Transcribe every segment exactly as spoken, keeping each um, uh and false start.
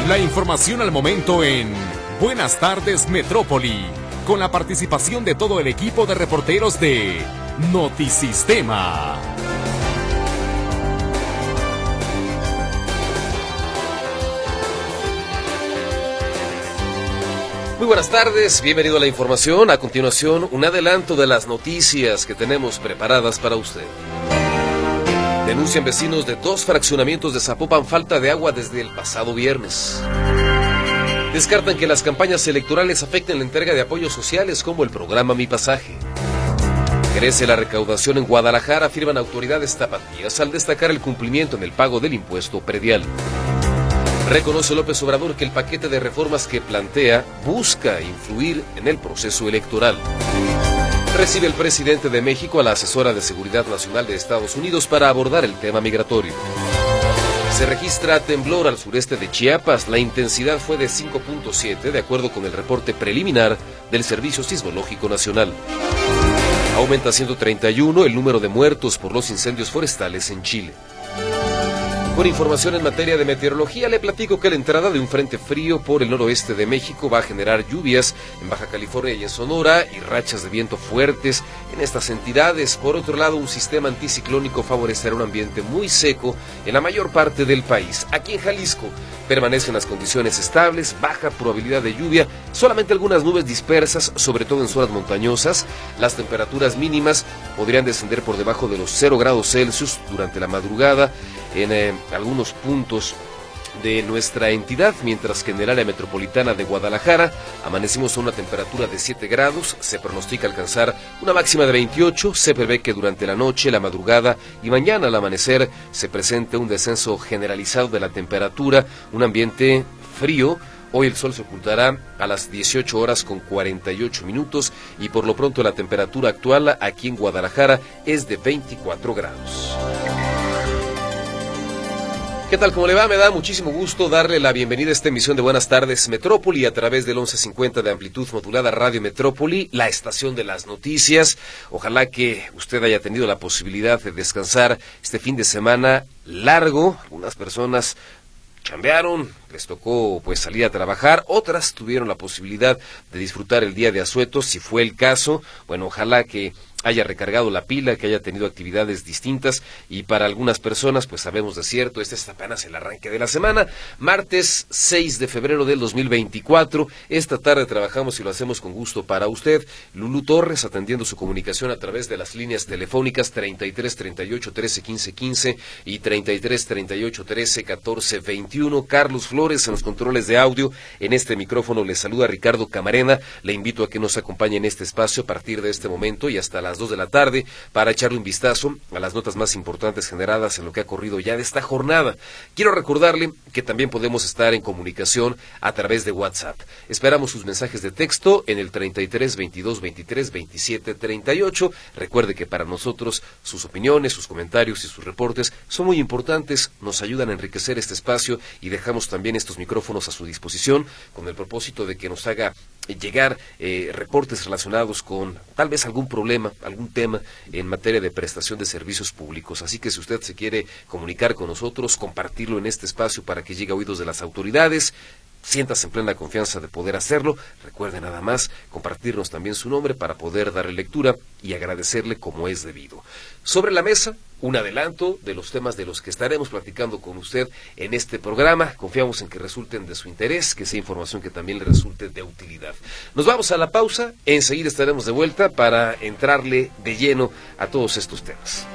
La información al momento en Buenas Tardes Metrópoli, con la participación de todo el equipo de reporteros de Notisistema. Muy buenas tardes, bienvenido a la información. A continuación, un adelanto de las noticias que tenemos preparadas para usted. Denuncian vecinos de dos fraccionamientos de Zapopan falta de agua desde el pasado viernes. Descartan que las campañas electorales afecten la entrega de apoyos sociales como el programa Mi Pasaje. Crece la recaudación en Guadalajara, afirman autoridades tapatías al destacar el cumplimiento en el pago del impuesto predial. Reconoce López Obrador que el paquete de reformas que plantea busca influir en el proceso electoral. Recibe el presidente de México a la asesora de Seguridad Nacional de Estados Unidos para abordar el tema migratorio. Se registra temblor al sureste de Chiapas. La intensidad fue de cinco punto siete, de acuerdo con el reporte preliminar del Servicio Sismológico Nacional. Aumenta a ciento treinta y uno el número de muertos por los incendios forestales en Chile. Con información en materia de meteorología, le platico que la entrada de un frente frío por el noroeste de México va a generar lluvias en Baja California y en Sonora y rachas de viento fuertes en estas entidades. Por otro lado, un sistema anticiclónico favorecerá un ambiente muy seco en la mayor parte del país. Aquí en Jalisco permanecen las condiciones estables, baja probabilidad de lluvia, solamente algunas nubes dispersas, sobre todo en zonas montañosas. Las temperaturas mínimas podrían descender por debajo de los cero grados Celsius durante la madrugada en eh, algunos puntos de nuestra entidad, mientras que en el área metropolitana de Guadalajara amanecimos a una temperatura de siete grados, se pronostica alcanzar una máxima de veintiocho, se prevé que durante la noche, la madrugada y mañana al amanecer se presente un descenso generalizado de la temperatura, un ambiente frío. Hoy el sol se ocultará a las dieciocho horas con cuarenta y ocho minutos y por lo pronto la temperatura actual aquí en Guadalajara es de veinticuatro grados. ¿Qué tal? ¿Cómo le va? Me da muchísimo gusto darle la bienvenida a esta emisión de Buenas Tardes Metrópoli a través del once cincuenta de amplitud modulada Radio Metrópoli, la estación de las noticias. Ojalá que usted haya tenido la posibilidad de descansar este fin de semana largo. Algunas personas chambearon, les tocó pues salir a trabajar, otras tuvieron la posibilidad de disfrutar el día de asueto, si fue el caso. Bueno, ojalá que haya recargado la pila, que haya tenido actividades distintas y para algunas personas, pues sabemos de cierto, este es apenas el arranque de la semana, martes seis de febrero del dos mil veinticuatro, esta tarde trabajamos y lo hacemos con gusto para usted, Lulú Torres atendiendo su comunicación a través de las líneas telefónicas treinta y tres, treinta y ocho, trece, quince, quince y treinta y tres, treinta y ocho, trece, catorce, veintiuno, Carlos Flores en los controles de audio, en este micrófono le saluda Ricardo Camarena, le invito a que nos acompañe en este espacio a partir de este momento y hasta las dos de la tarde para echarle un vistazo a las notas más importantes generadas en lo que ha corrido ya de esta jornada. Quiero recordarle que también podemos estar en comunicación a través de WhatsApp. Esperamos sus mensajes de texto en el treinta y tres, veintidós, veintitrés, veintisiete, treinta y ocho. Recuerde que para nosotros sus opiniones, sus comentarios y sus reportes son muy importantes, nos ayudan a enriquecer este espacio y dejamos también estos micrófonos a su disposición con el propósito de que nos haga llegar eh, reportes relacionados con tal vez algún problema, algún tema en materia de prestación de servicios públicos. Así que si usted se quiere comunicar con nosotros, compartirlo en este espacio para que llegue a oídos de las autoridades, siéntase en plena confianza de poder hacerlo. Recuerde nada más compartirnos también su nombre para poder darle lectura y agradecerle como es debido. Sobre la mesa, un adelanto de los temas de los que estaremos platicando con usted en este programa. Confiamos en que resulten de su interés, que sea información que también le resulte de utilidad. Nos vamos a la pausa, enseguida estaremos de vuelta para entrarle de lleno a todos estos temas.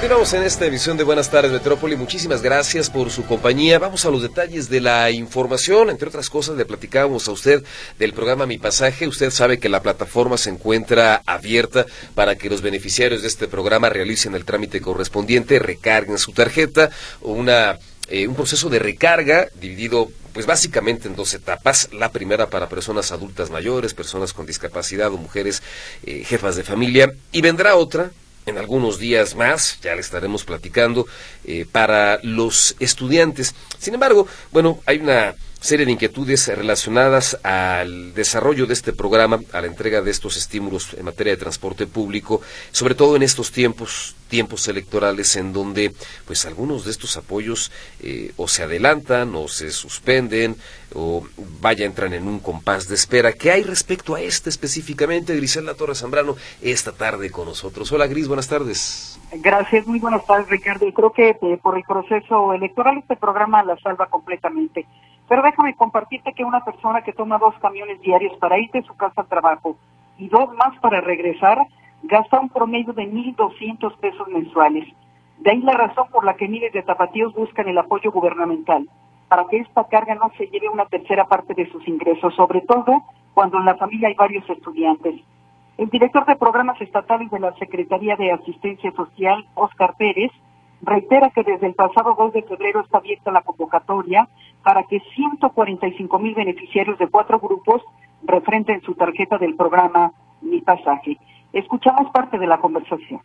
Continuamos en esta emisión de Buenas Tardes Metrópoli. Muchísimas gracias por su compañía. Vamos a los detalles de la información. Entre otras cosas, le platicábamos a usted del programa Mi Pasaje. Usted sabe que la plataforma se encuentra abierta para que los beneficiarios de este programa realicen el trámite correspondiente, recarguen su tarjeta, o una eh, un proceso de recarga dividido pues básicamente en dos etapas. La primera para personas adultas mayores, personas con discapacidad o mujeres eh, jefas de familia, y vendrá otra en algunos días más, ya le estaremos platicando, eh, para los estudiantes. Sin embargo, bueno, hay una serie de inquietudes relacionadas al desarrollo de este programa, a la entrega de estos estímulos en materia de transporte público, sobre todo en estos tiempos, tiempos electorales en donde pues algunos de estos apoyos eh, o se adelantan o se suspenden o vaya entran en un compás de espera. ¿Qué hay respecto a este específicamente? Griselda Torres Zambrano esta tarde con nosotros. Hola Gris, buenas tardes. Gracias, muy buenas tardes Ricardo. Yo creo que eh, por el proceso electoral este programa la salva completamente. Pero déjame compartirte que una persona que toma dos camiones diarios para ir de su casa al trabajo y dos más para regresar, gasta un promedio de mil doscientos pesos mensuales. De ahí la razón por la que miles de tapatíos buscan el apoyo gubernamental, para que esta carga no se lleve una tercera parte de sus ingresos, sobre todo cuando en la familia hay varios estudiantes. El director de programas estatales de la Secretaría de Asistencia Social, Óscar Pérez, reitera que desde el pasado dos de febrero está abierta la convocatoria para que ciento cuarenta y cinco mil beneficiarios de cuatro grupos refrenden su tarjeta del programa Mi Pasaje. Escuchamos parte de la conversación.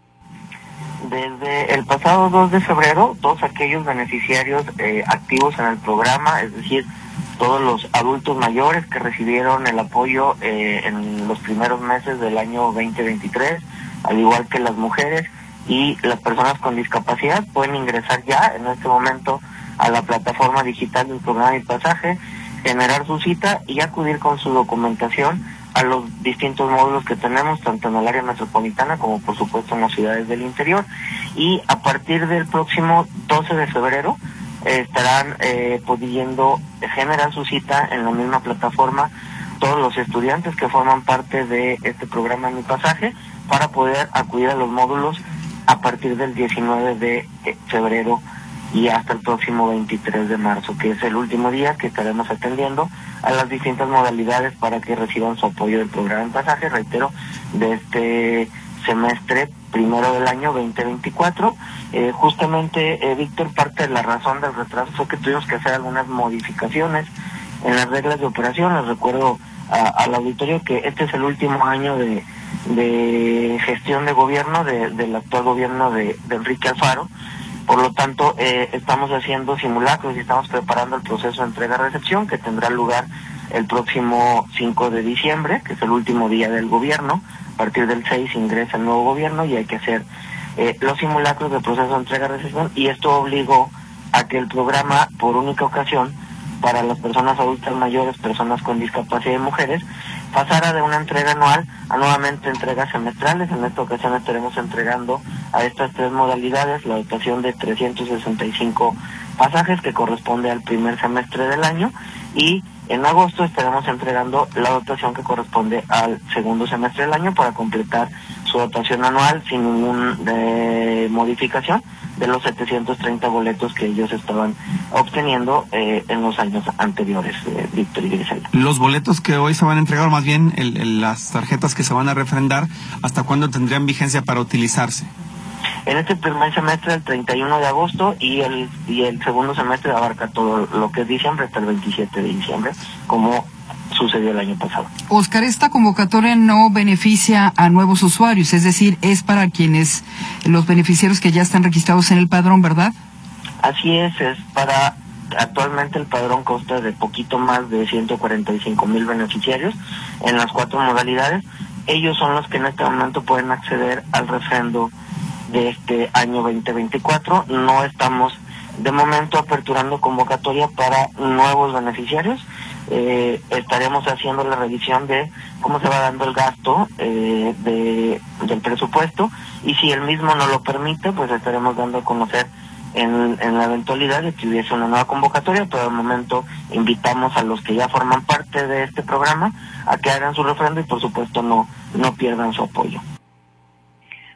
Desde el pasado dos de febrero, todos aquellos beneficiarios eh, activos en el programa, es decir, todos los adultos mayores que recibieron el apoyo eh, en los primeros meses del año veinte veintitrés, al igual que las mujeres y las personas con discapacidad, pueden ingresar ya en este momento a la plataforma digital del programa Mi Pasaje, generar su cita y acudir con su documentación a los distintos módulos que tenemos, tanto en el área metropolitana como por supuesto en las ciudades del interior. Y a partir del próximo doce de febrero eh, estarán eh, pudiendo generar su cita en la misma plataforma todos los estudiantes que forman parte de este programa Mi Pasaje, para poder acudir a los módulos a partir del diecinueve de febrero y hasta el próximo veintitrés de marzo, que es el último día que estaremos atendiendo a las distintas modalidades para que reciban su apoyo del programa Mi Pasaje, reitero, de este semestre primero del año veinte veinticuatro. Eh, justamente, eh, Víctor, parte de la razón del retraso fue que tuvimos que hacer algunas modificaciones en las reglas de operación. Les recuerdo a, al auditorio que este es el último año de de gestión de gobierno de, del actual gobierno de, de Enrique Alfaro. Por lo tanto, eh, estamos haciendo simulacros y estamos preparando el proceso de entrega-recepción que tendrá lugar el próximo cinco de diciembre, que es el último día del gobierno. A partir del seis ingresa el nuevo gobierno y hay que hacer eh, los simulacros del proceso de entrega-recepción, y esto obligó a que el programa, por única ocasión, para las personas adultas mayores, personas con discapacidad y mujeres, pasara de una entrega anual a nuevamente entregas semestrales. En esta ocasión estaremos entregando a estas tres modalidades la dotación de trescientos sesenta y cinco pasajes, que corresponde al primer semestre del año, y en agosto estaremos entregando la dotación que corresponde al segundo semestre del año, para completar su dotación anual sin ninguna eh, modificación de los setecientos treinta boletos que ellos estaban obteniendo eh, en los años anteriores, eh, Víctor y Griselda. Los boletos que hoy se van a entregar, o más bien el, el, las tarjetas que se van a refrendar, ¿hasta cuándo tendrían vigencia para utilizarse? En este primer semestre, el treinta y uno de agosto, y el y el segundo semestre abarca todo lo que es diciembre hasta el veintisiete de diciembre, como sucedió el año pasado. Oscar, esta convocatoria no beneficia a nuevos usuarios, es decir, es para quienes, los beneficiarios que ya están registrados en el padrón, ¿verdad? Así es, es para, actualmente el padrón consta de poquito más de ciento cuarenta y cinco mil beneficiarios en las cuatro modalidades. Ellos son los que en este momento pueden acceder al refrendo de este año veinte veinticuatro. No estamos de momento aperturando convocatoria para nuevos beneficiarios. Eh, estaremos haciendo la revisión de cómo se va dando el gasto eh, de, del presupuesto, y si el mismo no lo permite, pues estaremos dando a conocer en, en la eventualidad de que hubiese una nueva convocatoria. Pero de momento invitamos a los que ya forman parte de este programa a que hagan su refrendo y por supuesto no, no pierdan su apoyo.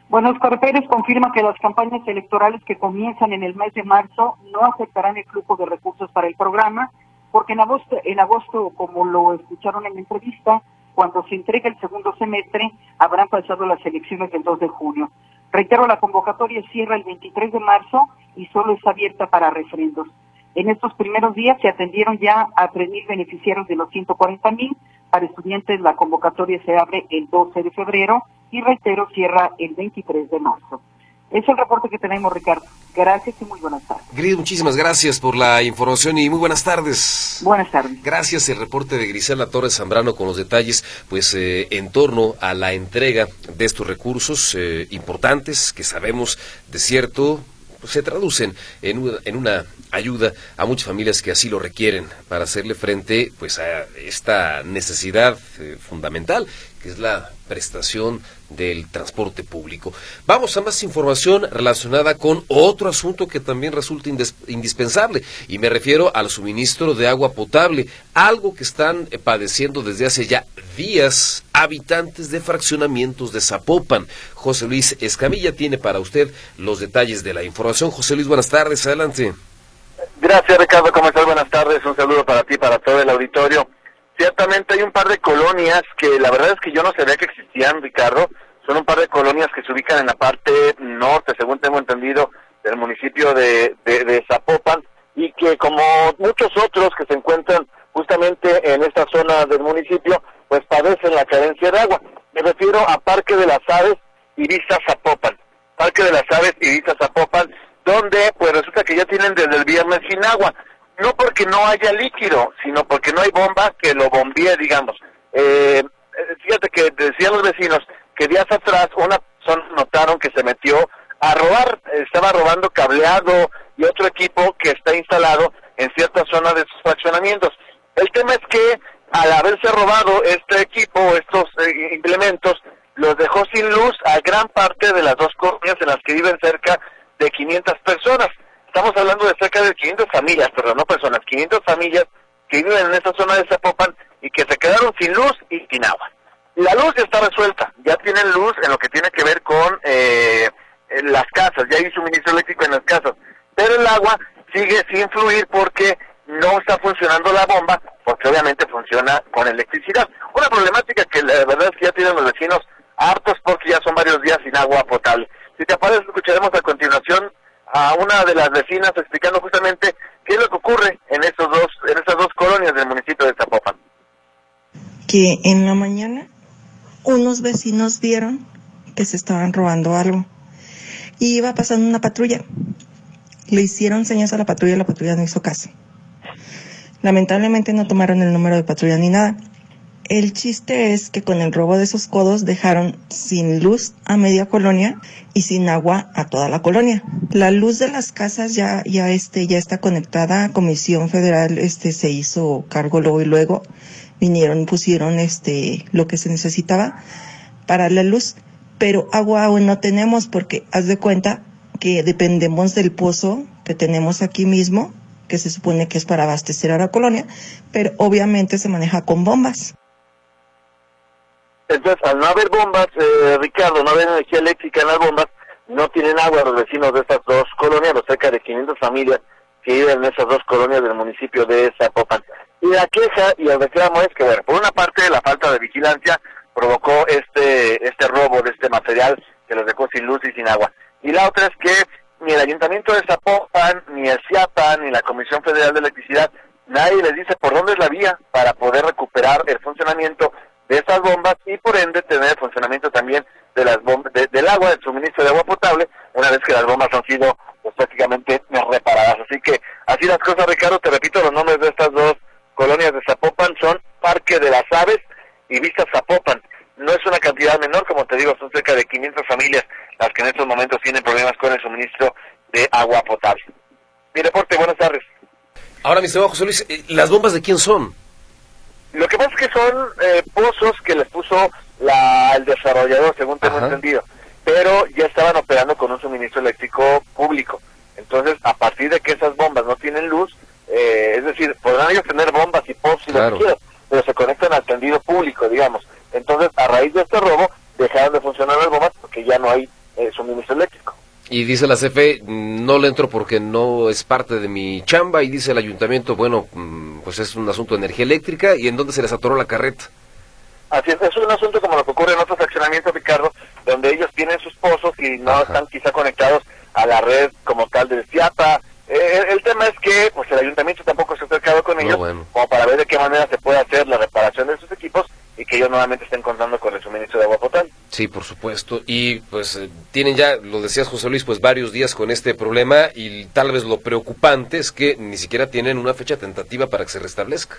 Bueno, Oscar Pérez confirma que las campañas electorales que comienzan en el mes de marzo no afectarán el flujo de recursos para el programa, porque en agosto, en agosto, como lo escucharon en la entrevista, cuando se entregue el segundo semestre, habrán pasado las elecciones del dos de junio. Reitero, la convocatoria cierra el veintitrés de marzo y solo está abierta para referendos. En estos primeros días se atendieron ya a tres mil beneficiarios de los ciento cuarenta mil. Para estudiantes la convocatoria se abre el doce de febrero y, reitero, cierra el veintitrés de marzo. Es el reporte que tenemos, Ricardo. Gracias y muy buenas tardes. Gris, muchísimas gracias por la información y muy buenas tardes. Buenas tardes. Gracias, el reporte de Griselda Torres Zambrano con los detalles, pues, eh, en torno a la entrega de estos recursos eh, importantes que sabemos de cierto pues, se traducen en una, en una ayuda a muchas familias que así lo requieren para hacerle frente pues a esta necesidad eh, fundamental, que es la prestación del transporte público. Vamos a más información relacionada con otro asunto que también resulta indispensable, y me refiero al suministro de agua potable, algo que están padeciendo desde hace ya días habitantes de fraccionamientos de Zapopan. José Luis Escamilla tiene para usted los detalles de la información. José Luis, buenas tardes, adelante. Gracias, Ricardo, ¿cómo estás? Buenas tardes, un saludo para ti, para todo el auditorio. Ciertamente hay un par de colonias que la verdad es que yo no sabía que existían, Ricardo. Son un par de colonias que se ubican en la parte norte, según tengo entendido, del municipio de, de, de Zapopan, y que como muchos otros que se encuentran justamente en esta zona del municipio, pues padecen la carencia de agua. Me refiero a Parque de las Aves y Vista Zapopan. Parque de las Aves y Vista Zapopan, donde pues resulta que ya tienen desde el viernes sin agua. No porque no haya líquido, sino porque no hay bomba que lo bombee, digamos. Eh, fíjate que decían los vecinos que días atrás una persona notaron que se metió a robar, estaba robando cableado y otro equipo que está instalado en cierta zona de sus fraccionamientos. El tema es que al haberse robado este equipo, estos eh, implementos, los dejó sin luz a gran parte de las dos colonias en las que viven cerca de quinientas personas. Estamos hablando de cerca de quinientas familias, perdón, no personas, quinientas familias que viven en esta zona de Zapopan y que se quedaron sin luz y sin agua. La luz ya está resuelta, ya tienen luz en lo que tiene que ver con eh, las casas, ya hay suministro eléctrico en las casas, pero el agua sigue sin fluir porque no está funcionando la bomba, porque obviamente funciona con electricidad. Una problemática que la verdad es que ya tienen los vecinos hartos porque ya son varios días sin agua potable. Si te parece, escucharemos a continuación a una de las vecinas explicando justamente qué es lo que ocurre en estos dos, en estas dos colonias del municipio de Zapopan. Que en la mañana unos vecinos vieron que se estaban robando algo y iba pasando una patrulla. Le hicieron señas a la patrulla, la patrulla no hizo caso. Lamentablemente no tomaron el número de patrulla ni nada. El chiste es que con el robo de esos codos dejaron sin luz a media colonia y sin agua a toda la colonia. La luz de las casas ya ya este ya está conectada. Comisión Federal este se hizo cargo luego y luego vinieron, pusieron este lo que se necesitaba para la luz, pero agua aún no tenemos porque haz de cuenta que dependemos del pozo que tenemos aquí mismo, que se supone que es para abastecer a la colonia, pero obviamente se maneja con bombas. Entonces, al no haber bombas, eh, Ricardo, no haber energía eléctrica en las bombas, no tienen agua los vecinos de estas dos colonias, los cerca de quinientas familias que viven en esas dos colonias del municipio de Zapopan. Y la queja y el reclamo es que, bueno, por una parte la falta de vigilancia provocó este este robo de este material que los dejó sin luz y sin agua. Y la otra es que ni el Ayuntamiento de Zapopan, ni el CIAPA, ni la Comisión Federal de Electricidad, nadie les dice por dónde es la vía para poder recuperar el funcionamiento de esas bombas y por ende tener el funcionamiento también de las bombas, de, del agua, del suministro de agua potable, una vez que las bombas han sido pues, prácticamente reparadas. Así que así las cosas, Ricardo, te repito, los nombres de estas dos colonias de Zapopan son Parque de las Aves y Vista Zapopan. No es una cantidad menor, como te digo, son cerca de quinientas familias las que en estos momentos tienen problemas con el suministro de agua potable. Mi reporte, buenas tardes. Ahora, mi estimado José Luis, ¿las bombas de quién son? Lo que pasa es que son eh, pozos que les puso la, el desarrollador, según tengo Ajá. entendido, pero ya estaban operando con un suministro eléctrico público. Entonces, a partir de que esas bombas no tienen luz, eh, es decir, podrán ellos tener bombas y pozos si claro. lo que quieran, pero se conectan al tendido público, digamos. Entonces, a raíz de este robo, dejaron de funcionar las bombas porque ya no hay eh, y dice la C F E, no le entro porque no es parte de mi chamba, y dice el ayuntamiento, bueno, pues es un asunto de energía eléctrica, ¿y en dónde se les atoró la carreta? Así es, es un asunto como lo que ocurre en otros accionamientos, Ricardo, donde ellos tienen sus pozos y no Ajá. están quizá conectados a la red como tal del CIAPA. Eh, el, el tema es que pues el ayuntamiento tampoco se ha acercado con ellos, no, bueno. como para ver de qué manera se puede hacer la reparación de sus equipos y que ellos nuevamente estén contando con el suministro de agua potable. Sí, por supuesto, y pues eh, tienen ya, lo decías José Luis, pues varios días con este problema, y tal vez lo preocupante es que ni siquiera tienen una fecha tentativa para que se restablezca.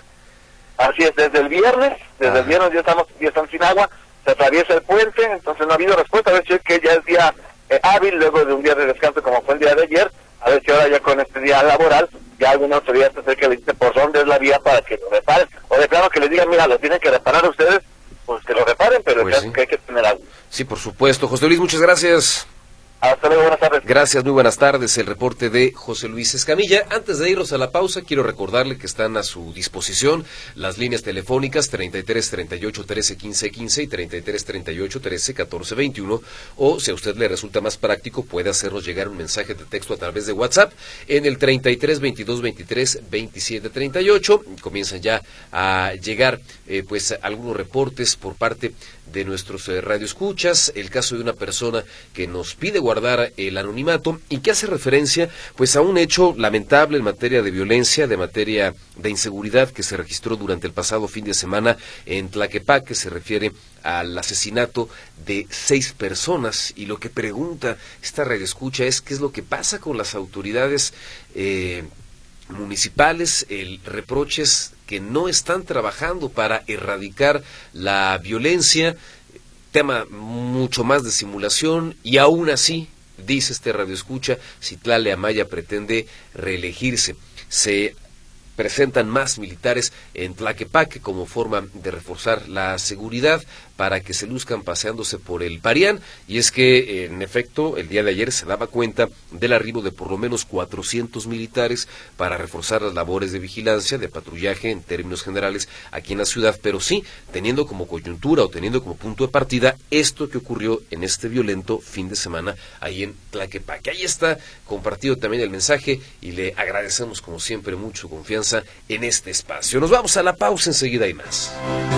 Así es, desde el viernes, desde ah. el viernes ya estamos, ya están sin agua, se atraviesa el puente, entonces no ha habido respuesta, a ver si es que ya es día eh, hábil, luego de un día de descanso como fue el día de ayer, a ver si ahora ya con este día laboral, ya alguna autoridad se acerca y le dice por dónde es la vía para que lo reparen, o de plano que les digan, mira, lo tienen que reparar ustedes, pues que lo reparen, pero pues sí. que hay que tener agua. Sí, por supuesto. José Luis, muchas gracias. Hasta luego, buenas tardes. Gracias, muy buenas tardes. El reporte de José Luis Escamilla. Antes de irnos a la pausa, quiero recordarle que están a su disposición las líneas telefónicas treinta y tres, treinta y ocho, trece, quince, quince y treinta y tres, treinta y ocho, trece, catorce, veintiuno, o si a usted le resulta más práctico, puede hacernos llegar un mensaje de texto a través de WhatsApp en el treinta y tres, veintidós, veintitrés, veintisiete, treinta y ocho. Comienzan ya a llegar eh, pues algunos reportes por parte de nuestros eh, radioescuchas, el caso de una persona que nos pide guardar el anonimato y que hace referencia pues a un hecho lamentable en materia de violencia, de materia de inseguridad que se registró durante el pasado fin de semana en Tlaquepaque, que se refiere al asesinato de seis personas, y lo que pregunta esta radioescucha es qué es lo que pasa con las autoridades eh, municipales, el reproches que no están trabajando para erradicar la violencia, tema mucho más de simulación, y aún así, dice este radioescucha, Citlali Amaya pretende reelegirse. Se presentan más militares en Tlaquepaque como forma de reforzar la seguridad para que se luzcan paseándose por el Parián, y es que en efecto el día de ayer se daba cuenta del arribo de por lo menos cuatrocientos militares para reforzar las labores de vigilancia, de patrullaje en términos generales aquí en la ciudad, pero sí teniendo como coyuntura o teniendo como punto de partida esto que ocurrió en este violento fin de semana ahí en Tlaquepaque. Ahí está compartido también el mensaje y le agradecemos como siempre mucho confianza en este espacio. Nos vamos a la pausa, enseguida hay más.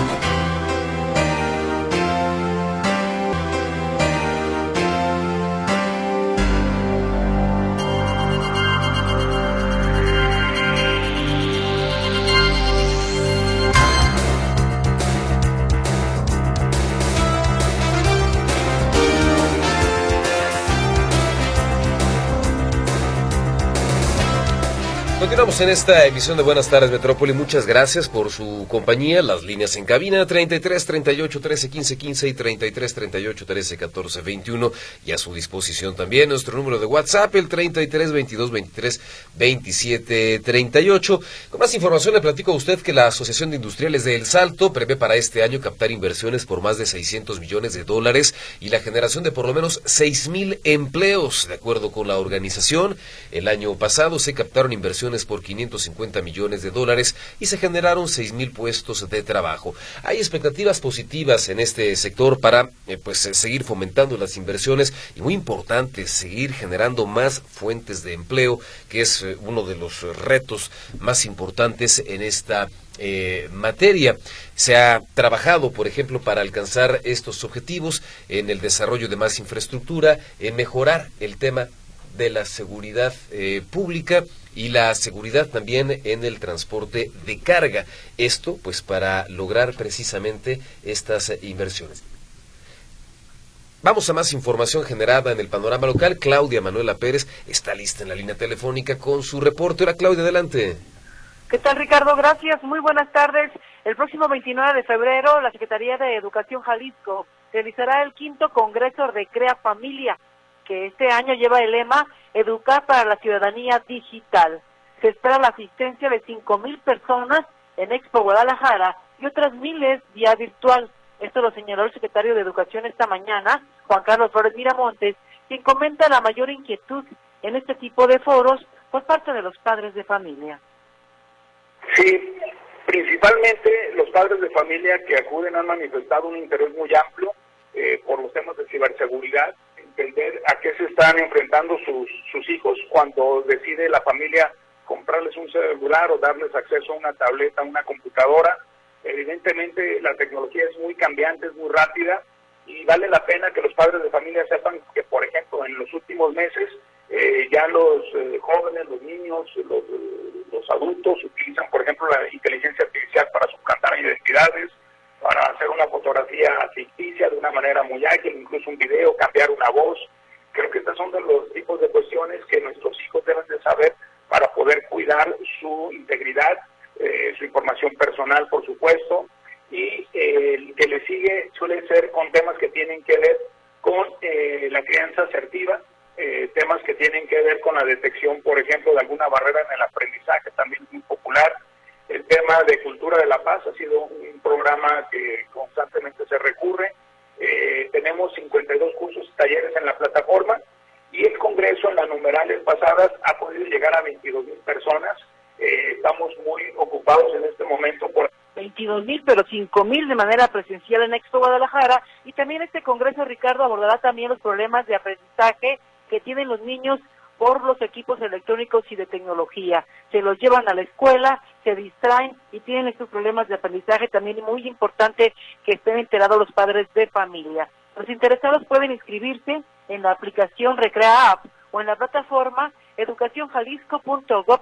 Continuamos en esta emisión de Buenas Tardes Metrópoli. Muchas gracias por su compañía. Las líneas en cabina treinta y tres, treinta y ocho, trece, quince, quince y treinta y tres, treinta y ocho, trece, catorce, veintiuno, y a su disposición también nuestro número de WhatsApp, el treinta y tres, veintidós, veintitrés, veintisiete, treinta y ocho. Con más información le platico a usted que la Asociación de Industriales de El Salto prevé para este año captar inversiones por más de seiscientos millones de dólares y la generación de por lo menos seis mil empleos. De acuerdo con la organización, el año pasado se captaron inversiones por quinientos cincuenta millones de dólares y se generaron seis mil puestos de trabajo. Hay expectativas positivas en este sector para eh, pues seguir fomentando las inversiones y, muy importante, seguir generando más fuentes de empleo, que es eh, uno de los retos más importantes en esta Eh, materia. Se ha trabajado, por ejemplo, para alcanzar estos objetivos en el desarrollo de más infraestructura, en mejorar el tema de la seguridad eh, pública y la seguridad también en el transporte de carga. Esto, pues, para lograr precisamente estas eh, inversiones. Vamos a más información generada en el panorama local. Claudia Manuela Pérez está lista en la línea telefónica con su reporte. Hola, Claudia, adelante. ¿Qué tal, Ricardo? Gracias, muy buenas tardes. El próximo veintinueve de febrero, la Secretaría de Educación Jalisco realizará el quinto Congreso Recrea Familia, que este año lleva el lema Educar para la Ciudadanía Digital. Se espera la asistencia de cinco mil personas en Expo Guadalajara y otras miles vía virtual. Esto lo señaló el secretario de Educación esta mañana, Juan Carlos Flores Miramontes, quien comenta la mayor inquietud en este tipo de foros por parte de los padres de familia. Sí, principalmente los padres de familia que acuden han manifestado un interés muy amplio eh, por los temas de ciberseguridad. entender a qué se están enfrentando sus, sus hijos cuando decide la familia comprarles un celular o darles acceso a una tableta, a una computadora. Evidentemente la tecnología es muy cambiante, es muy rápida, y vale la pena que los padres de familia sepan que, por ejemplo, en los últimos meses eh, ya los eh, jóvenes, los niños, los, los adultos utilizan, por ejemplo, la inteligencia artificial para suplantar identidades, para hacer una fotografía ficticia de una manera muy ágil, incluso un video, cambiar una voz. Creo que estos son de los tipos de cuestiones que nuestros hijos deben de saber para poder cuidar su integridad, eh, su información personal, por supuesto, y eh, el que le sigue suele ser con temas que tienen que ver con eh, la crianza asertiva, eh, temas que tienen que ver con la detección, por ejemplo, de alguna barrera en el aprendizaje, también es muy popular. El tema de cultura de la paz ha sido un programa que constantemente se recurre. Eh, tenemos cincuenta y dos cursos y talleres en la plataforma, y el Congreso en las numerales pasadas ha podido llegar a veintidós mil personas. Eh, estamos muy ocupados en este momento por veintidós mil, pero cinco mil de manera presencial en Expo Guadalajara, y también este Congreso, Ricardo, abordará también los problemas de aprendizaje que tienen los niños por los equipos electrónicos y de tecnología. Se los llevan a la escuela, se distraen y tienen estos problemas de aprendizaje. También es muy importante que estén enterados los padres de familia. Los interesados pueden inscribirse en la aplicación Recrea App o en la plataforma educación jalisco punto gob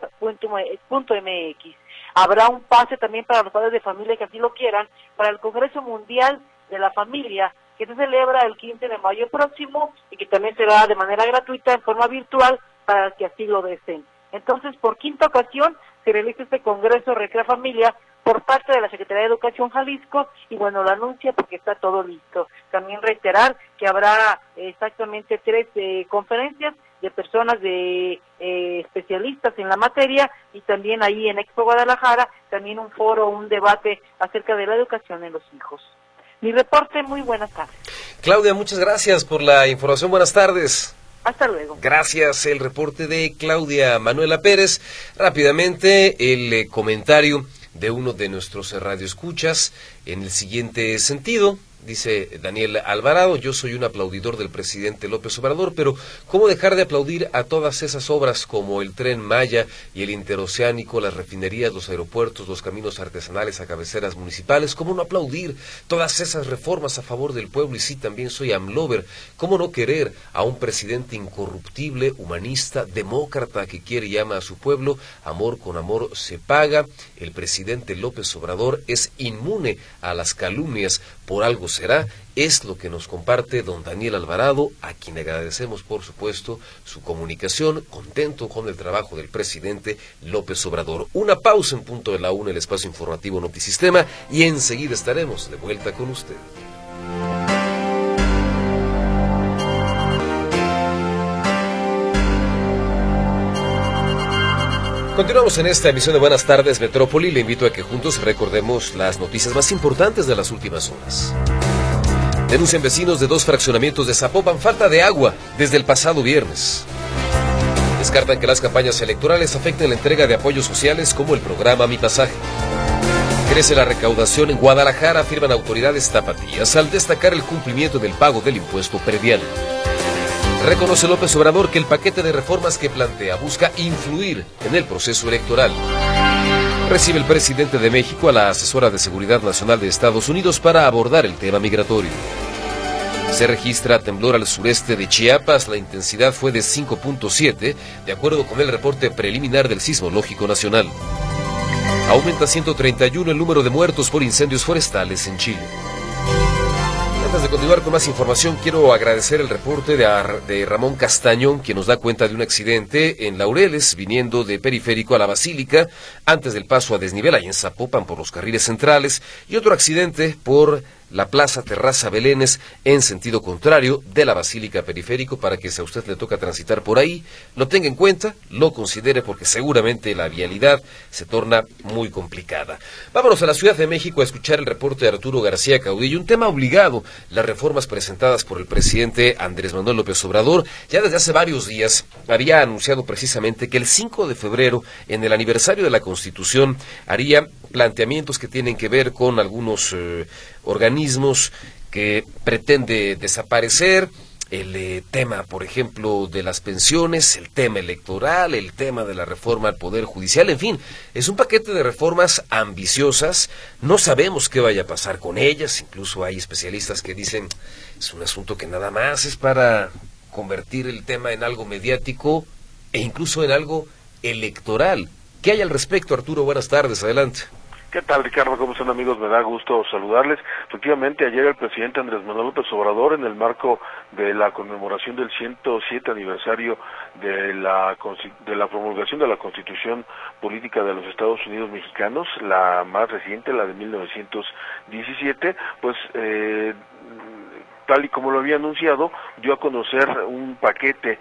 punto m x. Habrá un pase también para los padres de familia que así lo quieran para el Congreso Mundial de la Familia, que se celebra el quince de mayo próximo y que también será de manera gratuita en forma virtual para que así lo deseen. Entonces, por quinta ocasión se realiza este Congreso Recrea Familia por parte de la Secretaría de Educación Jalisco, y bueno, lo anuncia porque está todo listo. También reiterar que habrá exactamente tres eh, conferencias de personas de eh, especialistas en la materia, y también ahí en Expo Guadalajara, también un foro, un debate acerca de la educación en los hijos. Mi reporte, muy buenas tardes. Claudia, muchas gracias por la información, buenas tardes. Hasta luego. Gracias, el reporte de Claudia Manuela Pérez. Rápidamente, el eh, comentario de uno de nuestros radioescuchas en el siguiente sentido. Dice Daniel Alvarado: yo soy un aplaudidor del presidente López Obrador, pero ¿cómo dejar de aplaudir a todas esas obras como el Tren Maya y el interoceánico, las refinerías, los aeropuertos, los caminos artesanales a cabeceras municipales? ¿Cómo no aplaudir todas esas reformas a favor del pueblo? Y sí, también soy amlover. ¿Cómo no querer a un presidente incorruptible, humanista, demócrata, que quiere y ama a su pueblo? Amor con amor se paga. El presidente López Obrador es inmune a las calumnias, por algo será. Es lo que nos comparte don Daniel Alvarado, a quien agradecemos, por supuesto, su comunicación, contento con el trabajo del presidente López Obrador. Una pausa en punto de la una, el espacio informativo Notisistema, y enseguida estaremos de vuelta con usted. Continuamos en esta emisión de Buenas Tardes Metrópoli. Le invito a que juntos recordemos las noticias más importantes de las últimas horas. Denuncian vecinos de dos fraccionamientos de Zapopan falta de agua desde el pasado viernes. Descartan que las campañas electorales afecten la entrega de apoyos sociales como el programa Mi Pasaje. Crece la recaudación en Guadalajara, afirman autoridades tapatías al destacar el cumplimiento del pago del impuesto predial. Reconoce López Obrador que el paquete de reformas que plantea busca influir en el proceso electoral. Recibe el presidente de México a la asesora de Seguridad Nacional de Estados Unidos para abordar el tema migratorio. Se registra temblor al sureste de Chiapas, la intensidad fue de cinco punto siete, de acuerdo con el reporte preliminar del Sismológico Nacional. Aumenta ciento treinta y uno el número de muertos por incendios forestales en Chile. Antes de continuar con más información, quiero agradecer el reporte de, Ar de Ramón Castañón, quien nos da cuenta de un accidente en Laureles, viniendo de Periférico a la Basílica, antes del paso a desnivel, ahí en Zapopan, por los carriles centrales, y otro accidente por la Plaza Terraza Belénes, en sentido contrario de la Basílica Periférico, para que si a usted le toca transitar por ahí, lo tenga en cuenta, lo considere, porque seguramente la vialidad se torna muy complicada. Vámonos a la Ciudad de México a escuchar el reporte de Arturo García Caudillo, un tema obligado, las reformas presentadas por el presidente Andrés Manuel López Obrador. Ya desde hace varios días había anunciado precisamente que el cinco de febrero, en el aniversario de la Constitución, haría planteamientos que tienen que ver con algunos eh, organismos que pretende desaparecer, el eh, tema, por ejemplo, de las pensiones, el tema electoral, el tema de la reforma al Poder Judicial, en fin, es un paquete de reformas ambiciosas, no sabemos qué vaya a pasar con ellas, incluso hay especialistas que dicen, es un asunto que nada más es para convertir el tema en algo mediático e incluso en algo electoral. ¿Qué hay al respecto, Arturo? Buenas tardes, adelante. ¿Qué tal, Ricardo? ¿Cómo están, amigos? Me da gusto saludarles. Efectivamente, ayer el presidente Andrés Manuel López Obrador, en el marco de la conmemoración del ciento siete aniversario de la de la promulgación de la Constitución Política de los Estados Unidos Mexicanos, la más reciente, la de mil novecientos diecisiete, pues eh, tal y como lo había anunciado, dio a conocer un paquete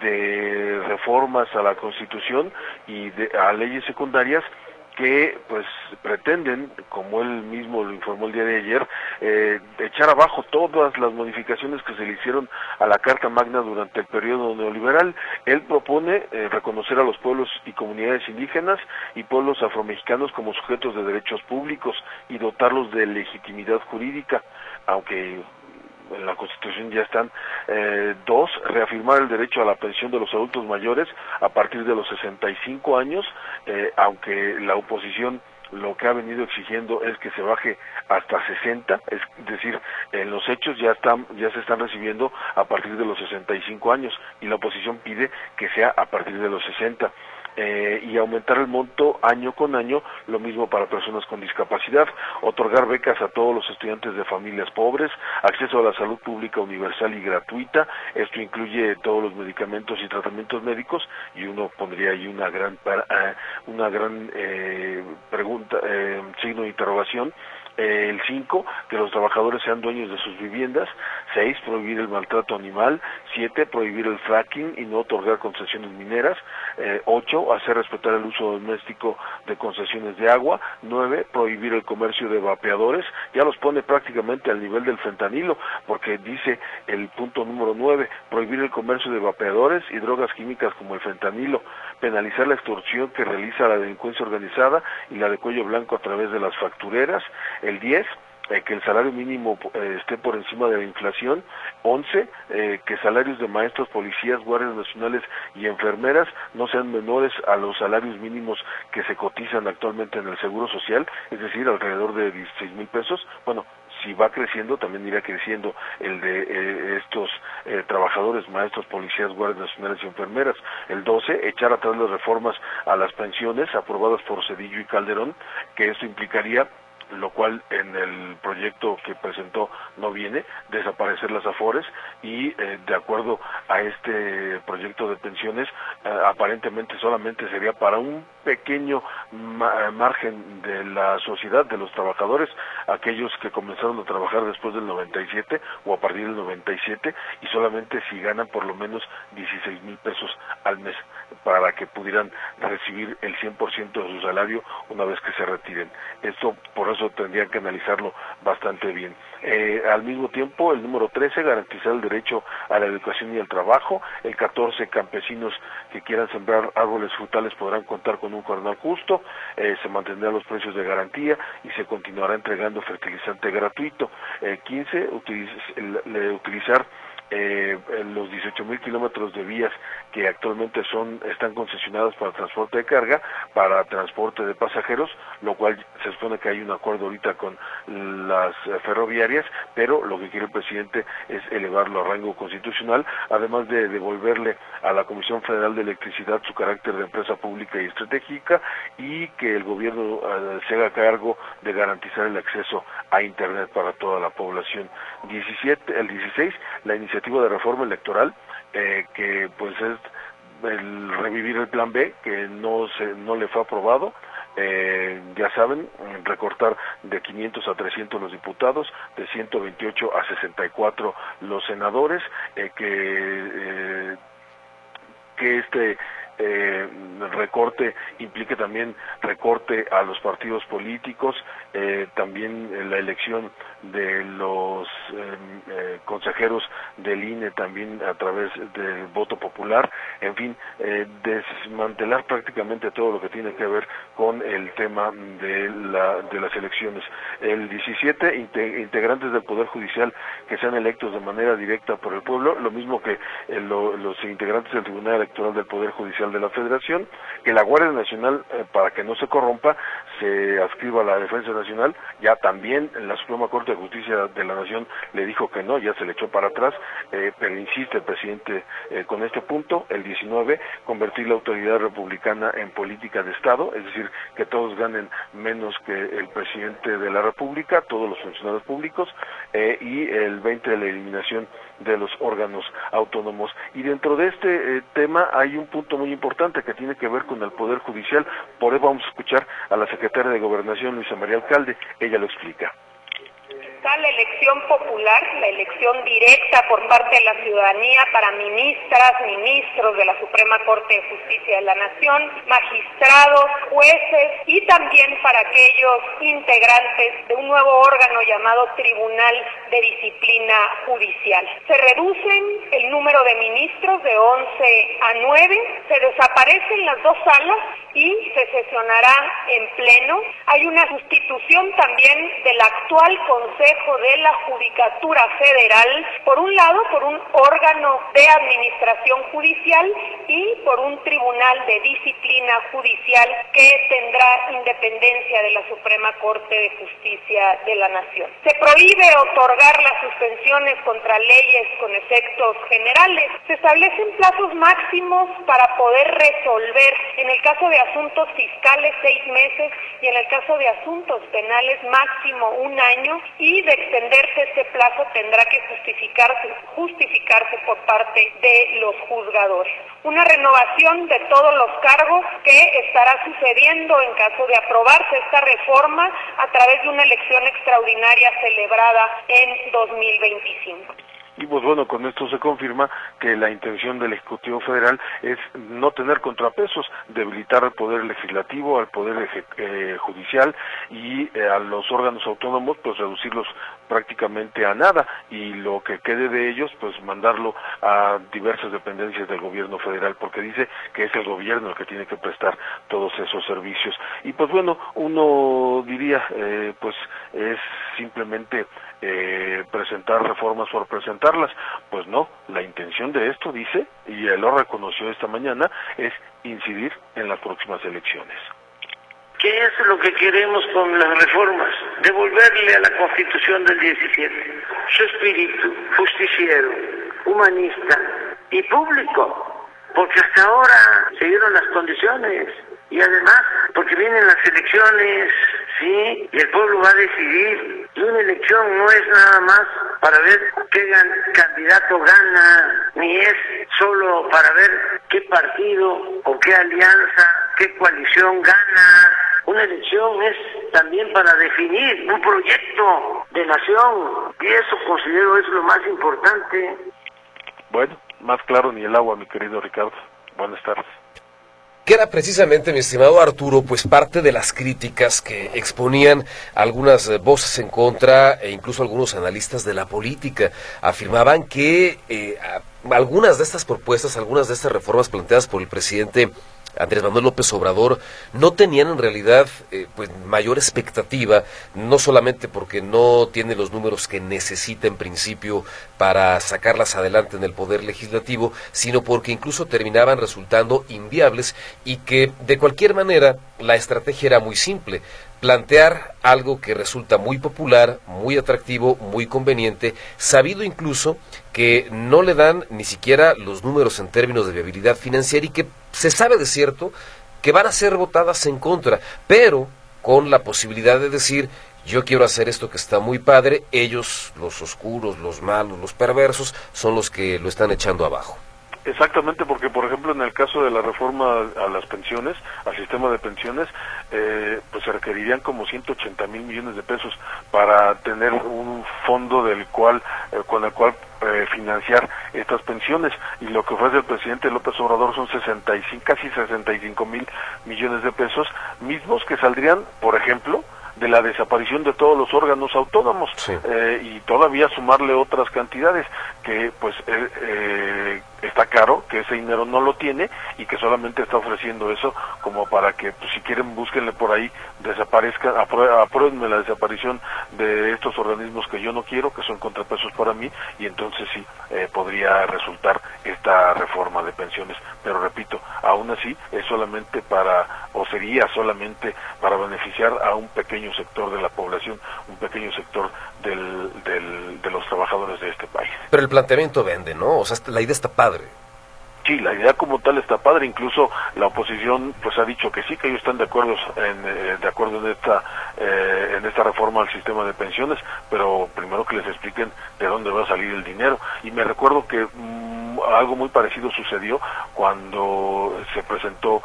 de reformas a la Constitución y de, a leyes secundarias que pues pretenden, como él mismo lo informó el día de ayer, eh, echar abajo todas las modificaciones que se le hicieron a la Carta Magna durante el periodo neoliberal. Él propone eh, reconocer a los pueblos y comunidades indígenas y pueblos afromexicanos como sujetos de derechos públicos y dotarlos de legitimidad jurídica, aunque en la Constitución ya están. Eh, dos, reafirmar el derecho a la pensión de los adultos mayores a partir de los sesenta y cinco años, eh, aunque la oposición lo que ha venido exigiendo es que se baje hasta sesenta, es decir, en los hechos ya están, ya se están recibiendo a partir de los sesenta y cinco años y la oposición pide que sea a partir de los sesenta. Eh, y aumentar el monto año con año, lo mismo para personas con discapacidad, otorgar becas a todos los estudiantes de familias pobres, acceso a la salud pública universal y gratuita, esto incluye todos los medicamentos y tratamientos médicos, y uno pondría ahí una gran uh, una gran eh, pregunta, eh, signo de interrogación. Eh, el cinco, que los trabajadores sean dueños de sus viviendas. Seis, prohibir el maltrato animal. Siete, prohibir el fracking y no otorgar concesiones mineras. Eh, ocho, hacer respetar el uso doméstico de concesiones de agua. Nueve, prohibir el comercio de vapeadores. Ya los pone prácticamente al nivel del fentanilo, porque dice el punto número nueve, prohibir el comercio de vapeadores y drogas químicas como el fentanilo. Penalizar la extorsión que realiza la delincuencia organizada y la de cuello blanco a través de las factureras. El diez, eh, que el salario mínimo eh, esté por encima de la inflación. once, eh, que salarios de maestros, policías, guardias nacionales y enfermeras no sean menores a los salarios mínimos que se cotizan actualmente en el Seguro Social, es decir, alrededor de dieciséis mil pesos. Bueno, si va creciendo, también irá creciendo el de eh, estos eh, trabajadores, maestros, policías, guardias nacionales y enfermeras. El doce, echar atrás las reformas a las pensiones aprobadas por Zedillo y Calderón, que esto implicaría, lo cual en el proyecto que presentó no viene, desaparecer las afores y eh, de acuerdo a este proyecto de pensiones eh, aparentemente solamente sería para un pequeño ma margen de la sociedad, de los trabajadores, aquellos que comenzaron a trabajar después del noventa y siete o a partir del noventa y siete, y solamente si ganan por lo menos dieciséis mil pesos al mes para que pudieran recibir el cien por ciento de su salario una vez que se retiren. Esto, por eso tendrían que analizarlo bastante bien. Eh, al mismo tiempo, el número trece, garantizar el derecho a la educación y al trabajo. El catorce, campesinos que quieran sembrar árboles frutales podrán contar con un jornal justo. Eh, se mantendrán los precios de garantía y se continuará entregando fertilizante gratuito. Eh, quince, utiliz el, el, utilizar Eh, los dieciocho mil kilómetros de vías que actualmente son están concesionadas para transporte de carga, para transporte de pasajeros, lo cual se supone que hay un acuerdo ahorita con las ferroviarias, pero lo que quiere el presidente es elevarlo a rango constitucional, además de devolverle a la Comisión Federal de Electricidad su carácter de empresa pública y estratégica, y que el gobierno uh, se haga cargo de garantizar el acceso a Internet para toda la población. diecisiete, el dieciséis, la iniciativa de reforma electoral, eh, que pues es el revivir el plan B, que no se no le fue aprobado. Eh, ya saben, recortar de quinientos a trescientos los diputados, de ciento veintiocho a sesenta y cuatro los senadores, eh, que eh, que este eh, recorte implique también recorte a los partidos políticos, eh, también la elección de los eh, eh, consejeros del I N E también a través del voto popular, en fin, eh, desmantelar prácticamente todo lo que tiene que ver con el tema de la de las elecciones. El diecisiete integrantes del Poder Judicial que sean electos de manera directa por el pueblo, lo mismo que eh, lo, los integrantes del Tribunal Electoral del Poder Judicial de la Federación, que la Guardia Nacional, eh, para que no se corrompa, se adscriba a la Defensa Nacional. Ya también la Suprema Corte de Justicia de la Nación le dijo que no, ya se le echó para atrás, eh, pero insiste el presidente eh, con este punto. El diecinueve, convertir la autoridad republicana en política de Estado, es decir, que todos ganen menos que el presidente de la República, todos los funcionarios públicos, eh, y el veinte, la eliminación de los órganos autónomos. Y dentro de este eh, tema hay un punto muy importante que tiene que ver con el Poder Judicial. Por eso vamos a escuchar a la secretaria de Gobernación, Luisa María Alcalde. Ella lo explica. Está la elección popular, la elección directa por parte de la ciudadanía para ministras, ministros de la Suprema Corte de Justicia de la Nación, magistrados, jueces y también para aquellos integrantes de un nuevo órgano llamado Tribunal de Disciplina Judicial. Se reducen el número de ministros de once a nueve, se desaparecen las dos salas y se sesionará en pleno. Hay una sustitución también del actual Consejo de la Judicatura Federal, por un lado por un órgano de administración judicial y por un tribunal de disciplina judicial que tendrá independencia de la Suprema Corte de Justicia de la Nación. Se prohíbe otorgar las suspensiones contra leyes con efectos generales. Se establecen plazos máximos para poder resolver, en el caso de asuntos fiscales seis meses y en el caso de asuntos penales máximo un año, y de extenderse este plazo tendrá que justificarse, justificarse por parte de los juzgadores. Una renovación de todos los cargos que estará sucediendo en caso de aprobarse esta reforma a través de una elección extraordinaria celebrada en dos mil veinticinco. Y pues bueno, con esto se confirma que la intención del Ejecutivo Federal es no tener contrapesos, debilitar al Poder Legislativo, al Poder eh, Judicial y eh, a los órganos autónomos, pues reducirlos prácticamente a nada, y lo que quede de ellos, pues mandarlo a diversas dependencias del gobierno federal, porque dice que es el gobierno el que tiene que prestar todos esos servicios. Y pues bueno, uno diría, eh, pues es simplemente eh, presentar reformas por presentarlas. Pues no, la intención de esto, dice, y él lo reconoció esta mañana, es incidir en las próximas elecciones. ¿Qué es lo que queremos con las reformas? Devolverle a la Constitución del diecisiete su espíritu justiciero, humanista y público, porque hasta ahora se dieron las condiciones, y además porque vienen las elecciones, sí, y el pueblo va a decidir, y una elección no es nada más para ver qué candidato gana, ni es solo para ver qué partido o qué alianza, qué coalición gana. Una elección es también para definir un proyecto de nación, y eso considero es lo más importante. Bueno, más claro ni el agua, mi querido Ricardo. Buenas tardes. Que era precisamente, mi estimado Arturo, pues parte de las críticas que exponían algunas voces en contra e incluso algunos analistas de la política. Afirmaban que eh, algunas de estas propuestas, algunas de estas reformas planteadas por el presidente Andrés Manuel López Obrador no tenían en realidad eh, pues mayor expectativa, no solamente porque no tiene los números que necesita en principio para sacarlas adelante en el Poder Legislativo, sino porque incluso terminaban resultando inviables, y que de cualquier manera la estrategia era muy simple: plantear algo que resulta muy popular, muy atractivo, muy conveniente, sabido incluso que no le dan ni siquiera los números en términos de viabilidad financiera, y que se sabe de cierto que van a ser votadas en contra, pero con la posibilidad de decir: yo quiero hacer esto que está muy padre, ellos, los oscuros, los malos, los perversos, son los que lo están echando abajo. Exactamente, porque por ejemplo en el caso de la reforma a las pensiones, al sistema de pensiones, eh, pues se requerirían como ciento ochenta mil millones de pesos para tener un fondo del cual, eh, con el cual eh, financiar estas pensiones, y lo que ofrece el presidente López Obrador son sesenta y cinco, casi sesenta y cinco mil millones de pesos, mismos que saldrían, por ejemplo, de la desaparición de todos los órganos autónomos, sí. eh, y todavía sumarle otras cantidades que pues eh, eh, está claro que ese dinero no lo tiene y que solamente está ofreciendo eso como para que, pues, si quieren búsquenle por ahí, desaparezcan, apruébenme la desaparición de estos organismos que yo no quiero, que son contrapesos para mí, y entonces sí eh, podría resultar esta reforma de pensiones, pero repito, aún así es solamente para, o sería solamente para beneficiar a un pequeño sector de la población, un pequeño sector del, del, de los trabajadores de este país. Pero el planteamiento vende, ¿no? O sea, la idea está padre. Sí, la idea como tal está padre, incluso la oposición pues ha dicho que sí, que ellos están de acuerdo en, eh, de acuerdo en esta eh, en esta reforma al sistema de pensiones, pero primero que les expliquen de dónde va a salir el dinero. Y me recuerdo que mmm, algo muy parecido sucedió cuando se presentó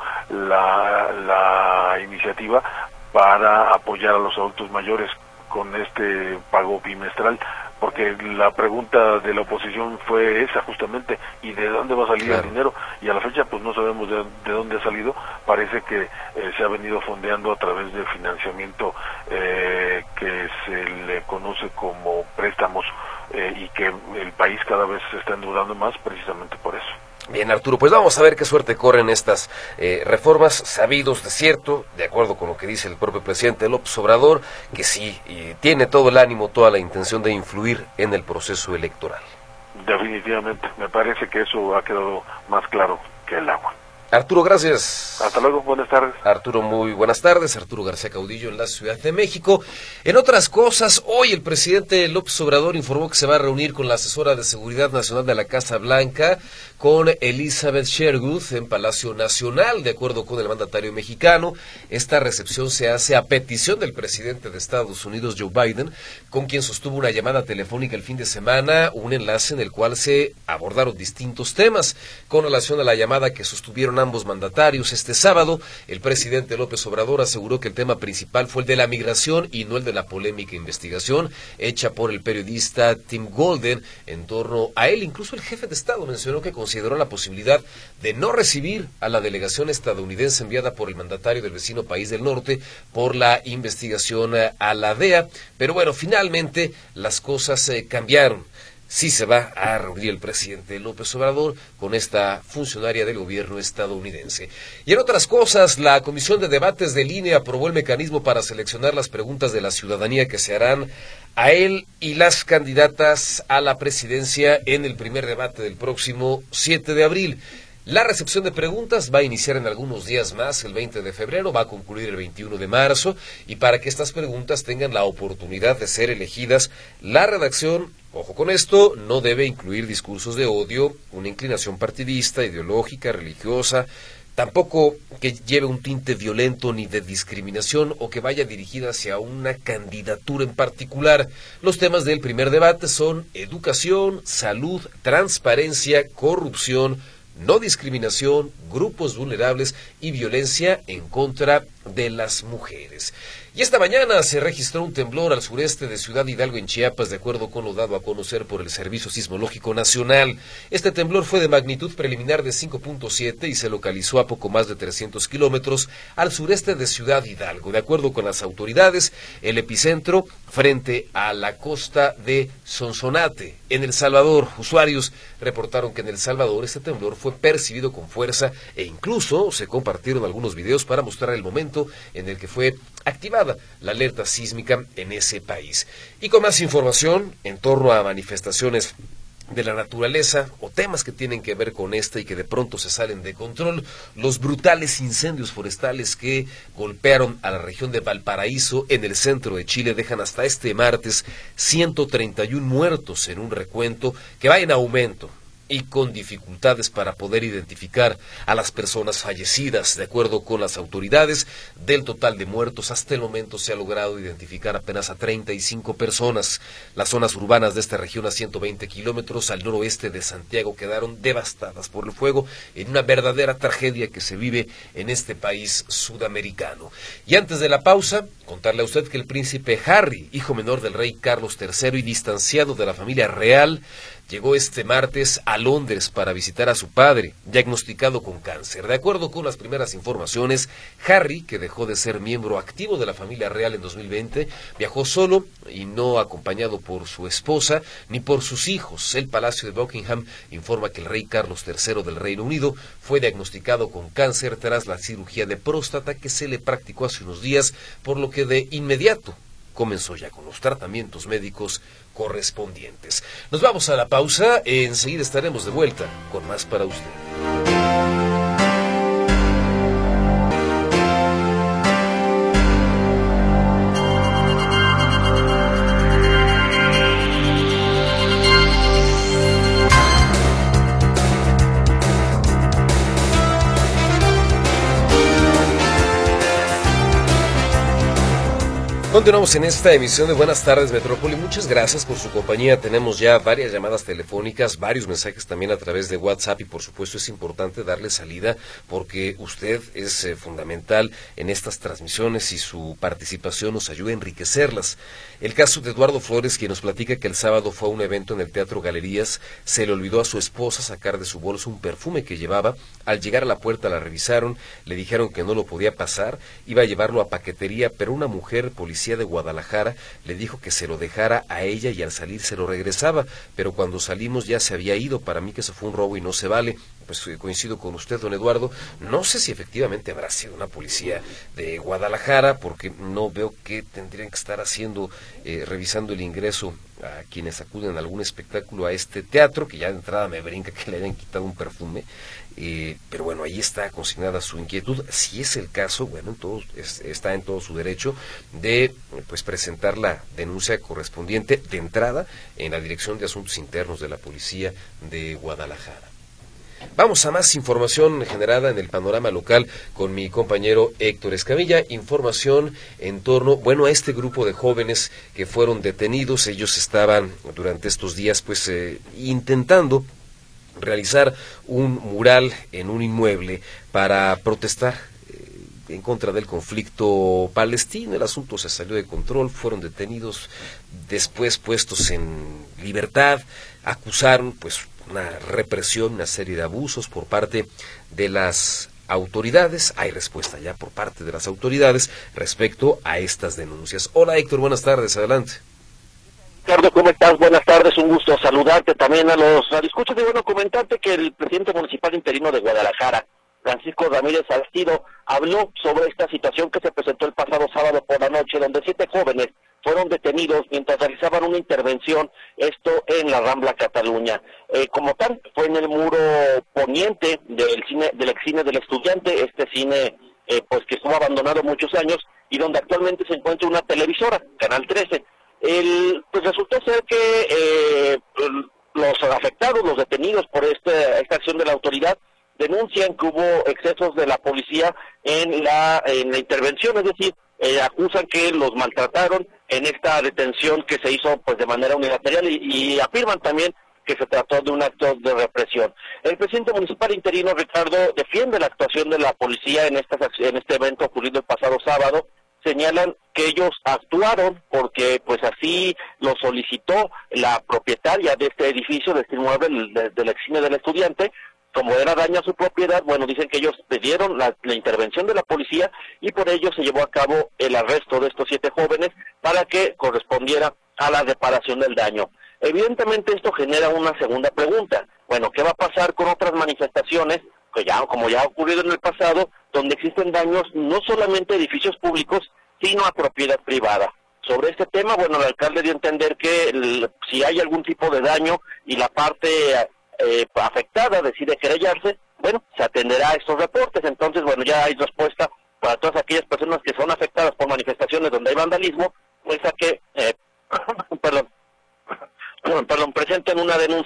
la, la iniciativa para apoyar a los adultos mayores con este pago bimestral, porque la pregunta de la oposición fue esa justamente, ¿y de dónde va a salir claro. el dinero? Y a la fecha pues no sabemos de, de dónde ha salido. Parece que eh, se ha venido fondeando a través de financiamiento eh, que se le conoce como préstamos, eh, y que el país cada vez se está endeudando más precisamente por eso. Bien, Arturo, pues vamos a ver qué suerte corren estas eh, reformas, sabidos de cierto, de acuerdo con lo que dice el propio presidente López Obrador, que sí, y tiene todo el ánimo, toda la intención de influir en el proceso electoral. Definitivamente, me parece que eso ha quedado más claro que el agua. Arturo, gracias. Hasta luego, buenas tardes. Arturo, muy buenas tardes. Arturo García Caudillo en la Ciudad de México. En otras cosas, hoy el presidente López Obrador informó que se va a reunir con la asesora de Seguridad Nacional de la Casa Blanca, con Elizabeth Sherwood, en Palacio Nacional, de acuerdo con el mandatario mexicano. Esta recepción se hace a petición del presidente de Estados Unidos, Joe Biden, con quien sostuvo una llamada telefónica el fin de semana, un enlace en el cual se abordaron distintos temas. Con relación a la llamada que sostuvieron ambos mandatarios este sábado, el presidente López Obrador aseguró que el tema principal fue el de la migración y no el de la polémica investigación hecha por el periodista Tim Golden en torno a él. Incluso el jefe de Estado mencionó que consideró la posibilidad de no recibir a la delegación estadounidense enviada por el mandatario del vecino país del norte por la investigación a la D E A, pero bueno, finalmente las cosas eh, cambiaron. Sí se va a reunir el presidente López Obrador con esta funcionaria del gobierno estadounidense. Y en otras cosas, la Comisión de Debates del I N E aprobó el mecanismo para seleccionar las preguntas de la ciudadanía que se harán a él y las candidatas a la presidencia en el primer debate del próximo siete de abril. La recepción de preguntas va a iniciar en algunos días más, el veinte de febrero, va a concluir el veintiuno de marzo, y para que estas preguntas tengan la oportunidad de ser elegidas, la redacción, ojo con esto, no debe incluir discursos de odio, una inclinación partidista, ideológica, religiosa, tampoco que lleve un tinte violento ni de discriminación o que vaya dirigida hacia una candidatura en particular. Los temas del primer debate son educación, salud, transparencia, corrupción, no discriminación, grupos vulnerables y violencia en contra de las mujeres. Y esta mañana se registró un temblor al sureste de Ciudad Hidalgo en Chiapas, de acuerdo con lo dado a conocer por el Servicio Sismológico Nacional. Este temblor fue de magnitud preliminar de cinco punto siete y se localizó a poco más de trescientos kilómetros al sureste de Ciudad Hidalgo. De acuerdo con las autoridades, el epicentro frente a la costa de Sonsonate, en El Salvador. Usuarios reportaron que en El Salvador este temblor fue percibido con fuerza e incluso se compartieron algunos videos para mostrar el momento en el que fue activada la alerta sísmica en ese país. Y con más información en torno a manifestaciones de la naturaleza o temas que tienen que ver con esta y que de pronto se salen de control, los brutales incendios forestales que golpearon a la región de Valparaíso en el centro de Chile dejan hasta este martes ciento treinta y uno muertos en un recuento que va en aumento. y con dificultades para poder identificar a las personas fallecidas. De acuerdo con las autoridades, del total de muertos hasta el momento se ha logrado identificar apenas a treinta y cinco personas. Las zonas urbanas de esta región a ciento veinte kilómetros al noroeste de Santiago quedaron devastadas por el fuego en una verdadera tragedia que se vive en este país sudamericano. Y antes de la pausa, contarle a usted que el príncipe Harry, hijo menor del rey Carlos tercero y distanciado de la familia real, llegó este martes a Londres para visitar a su padre, diagnosticado con cáncer. De acuerdo con las primeras informaciones, Harry, que dejó de ser miembro activo de la familia real en dos mil veinte, viajó solo y no acompañado por su esposa ni por sus hijos. El Palacio de Buckingham informa que el rey Carlos tercero del Reino Unido fue diagnosticado con cáncer tras la cirugía de próstata que se le practicó hace unos días, por lo que de inmediato comenzó ya con los tratamientos médicos correspondientes. Nos vamos a la pausa, enseguida estaremos de vuelta con más para usted. Continuamos en esta emisión de Buenas Tardes Metrópoli. Muchas gracias por su compañía. Tenemos ya varias llamadas telefónicas, varios mensajes también a través de WhatsApp y por supuesto es importante darle salida porque usted es eh, fundamental en estas transmisiones y su participación nos ayuda a enriquecerlas. El caso de Eduardo Flores, quien nos platica que el sábado fue a un evento en el Teatro Galerías, se le olvidó a su esposa sacar de su bolso un perfume que llevaba. Al llegar a la puerta la revisaron, le dijeron que no lo podía pasar, iba a llevarlo a paquetería, pero una mujer policía de Guadalajara le dijo que se lo dejara a ella y al salir se lo regresaba, pero cuando salimos ya se había ido. Para mí que eso fue un robo y no se vale. Pues coincido con usted, don Eduardo, no sé si efectivamente habrá sido una policía de Guadalajara, porque no veo qué tendrían que estar haciendo, eh, revisando el ingreso a quienes acuden a algún espectáculo a este teatro, que ya de entrada me brinca que le hayan quitado un perfume, eh, pero bueno, ahí está consignada su inquietud. Si es el caso, bueno, en todo, es, está en todo su derecho de pues presentar la denuncia correspondiente de entrada en la Dirección de Asuntos Internos de la Policía de Guadalajara. Vamos a más información generada en el panorama local con mi compañero Héctor Escamilla. Información en torno, bueno, a este grupo de jóvenes que fueron detenidos. Ellos estaban durante estos días pues eh, intentando realizar un mural en un inmueble para protestar eh, en contra del conflicto palestino. El asunto se salió de control, fueron detenidos, después puestos en libertad, acusaron pues una represión, una serie de abusos por parte de las autoridades. Hay respuesta ya por parte de las autoridades respecto a estas denuncias. Hola Héctor, buenas tardes, adelante. Ricardo, ¿cómo estás? Buenas tardes, un gusto saludarte también a los radioescuchas. Y bueno, comentarte que el presidente municipal interino de Guadalajara, Francisco Ramírez Salcido, habló sobre esta situación que se presentó el pasado sábado por la noche, donde siete jóvenes fueron detenidos mientras realizaban una intervención, esto en la Rambla Cataluña. Eh, como tal, fue en el muro poniente del cine, del ex cine del Estudiante, este cine eh, pues que estuvo abandonado muchos años y donde actualmente se encuentra una televisora, Canal trece. El, pues resultó ser que eh, los afectados, los detenidos por este, esta acción de la autoridad, denuncian que hubo excesos de la policía en la, en la intervención, es decir, eh, acusan que los maltrataron en esta detención que se hizo pues de manera unilateral y, y afirman también que se trató de un acto de represión. El presidente municipal interino, Ricardo, defiende la actuación de la policía en, estas, en este evento ocurrido el pasado sábado. Señalan que ellos actuaron porque pues así lo solicitó la propietaria de este edificio, de este inmueble, de, del ex cine del Estudiante. Como era daño a su propiedad, bueno, dicen que ellos pidieron la, la intervención de la policía y por ello se llevó a cabo el arresto de estos siete jóvenes para que correspondiera a la reparación del daño. Evidentemente esto genera una segunda pregunta. Bueno, ¿qué va a pasar con otras manifestaciones, que ya, como ya ha ocurrido en el pasado, donde existen daños no solamente a edificios públicos, sino a propiedad privada? Sobre este tema, bueno, el alcalde dio a entender que el, si hay algún tipo de daño y la parte eh, afectada decide querellarse, bueno, se atenderá a estos reportes. Entonces, bueno, ya hay respuesta para todas aquellas personas que son afectadas por manifestaciones donde hay vandalismo, pues a que, eh, perdón, perdón, presenten una denuncia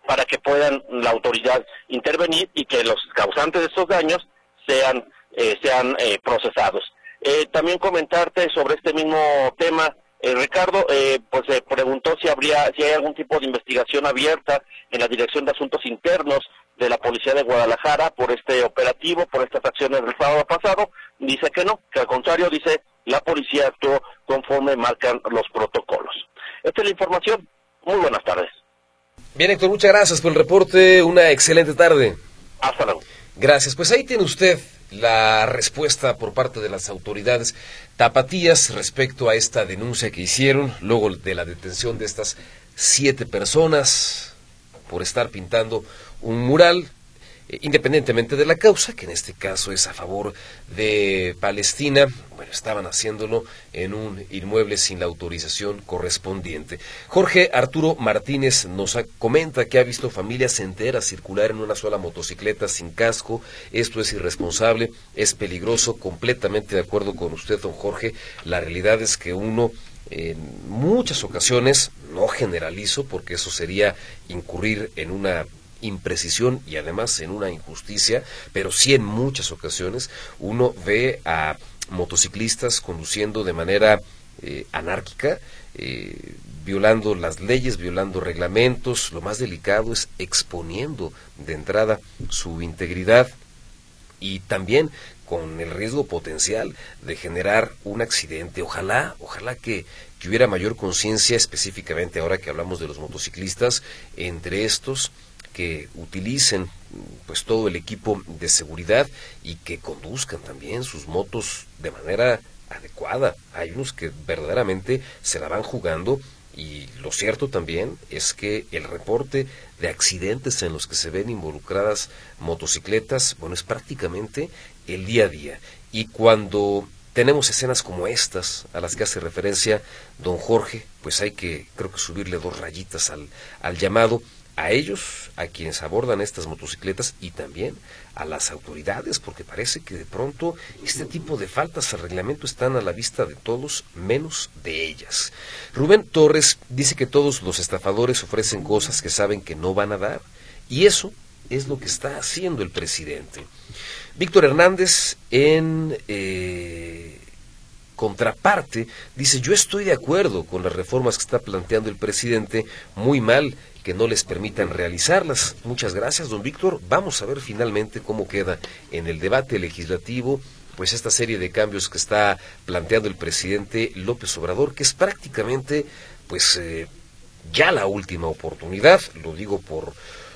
para que puedan la autoridad intervenir y que los causantes de estos daños sean, eh, sean eh, procesados. Eh, también comentarte sobre este mismo tema, eh, Ricardo, eh, pues se eh, preguntó si habría, si hay algún tipo de investigación abierta en la Dirección de Asuntos Internos de la Policía de Guadalajara por este operativo, por estas acciones del sábado pasado. Dice que no, que al contrario, dice, la policía actuó conforme marcan los protocolos. Esta es la información. Muy buenas tardes. Bien, Héctor, muchas gracias por el reporte. Una excelente tarde. Hasta luego. Gracias. Pues ahí tiene usted la respuesta por parte de las autoridades tapatías respecto a esta denuncia que hicieron luego de la detención de estas siete personas por estar pintando un mural, eh, independientemente de la causa, que en este caso es a favor de Palestina. Bueno, estaban haciéndolo en un inmueble sin la autorización correspondiente. Jorge Arturo Martínez nos comenta que ha visto familias enteras circular en una sola motocicleta sin casco. Esto es irresponsable, es peligroso, completamente de acuerdo con usted, don Jorge. La realidad es que uno, en muchas ocasiones, no generalizo porque eso sería incurrir en una imprecisión y además en una injusticia, pero sí en muchas ocasiones uno ve a motociclistas conduciendo de manera eh, anárquica, eh, violando las leyes, violando reglamentos. Lo más delicado es exponiendo de entrada su integridad y también con el riesgo potencial de generar un accidente. Ojalá, ojalá que, que hubiera mayor conciencia, específicamente ahora que hablamos de los motociclistas, entre estos que utilicen pues todo el equipo de seguridad y que conduzcan también sus motos de manera adecuada. Hay unos que verdaderamente se la van jugando y lo cierto también es que el reporte de accidentes en los que se ven involucradas motocicletas, bueno, es prácticamente el día a día. Y cuando tenemos escenas como estas a las que hace referencia don Jorge, pues hay que, creo que subirle dos rayitas al, al llamado a ellos, a quienes abordan estas motocicletas y también a las autoridades, porque parece que de pronto este tipo de faltas al reglamento están a la vista de todos, menos de ellas. Rubén Torres dice que todos los estafadores ofrecen cosas que saben que no van a dar, y eso es lo que está haciendo el presidente. Víctor Hernández, en eh, contraparte, dice: yo estoy de acuerdo con las reformas que está planteando el presidente, muy mal que no les permitan realizarlas. Muchas gracias, don Víctor. Vamos a ver finalmente cómo queda en el debate legislativo pues esta serie de cambios que está planteando el presidente López Obrador, que es prácticamente pues eh, ya la última oportunidad. Lo digo por,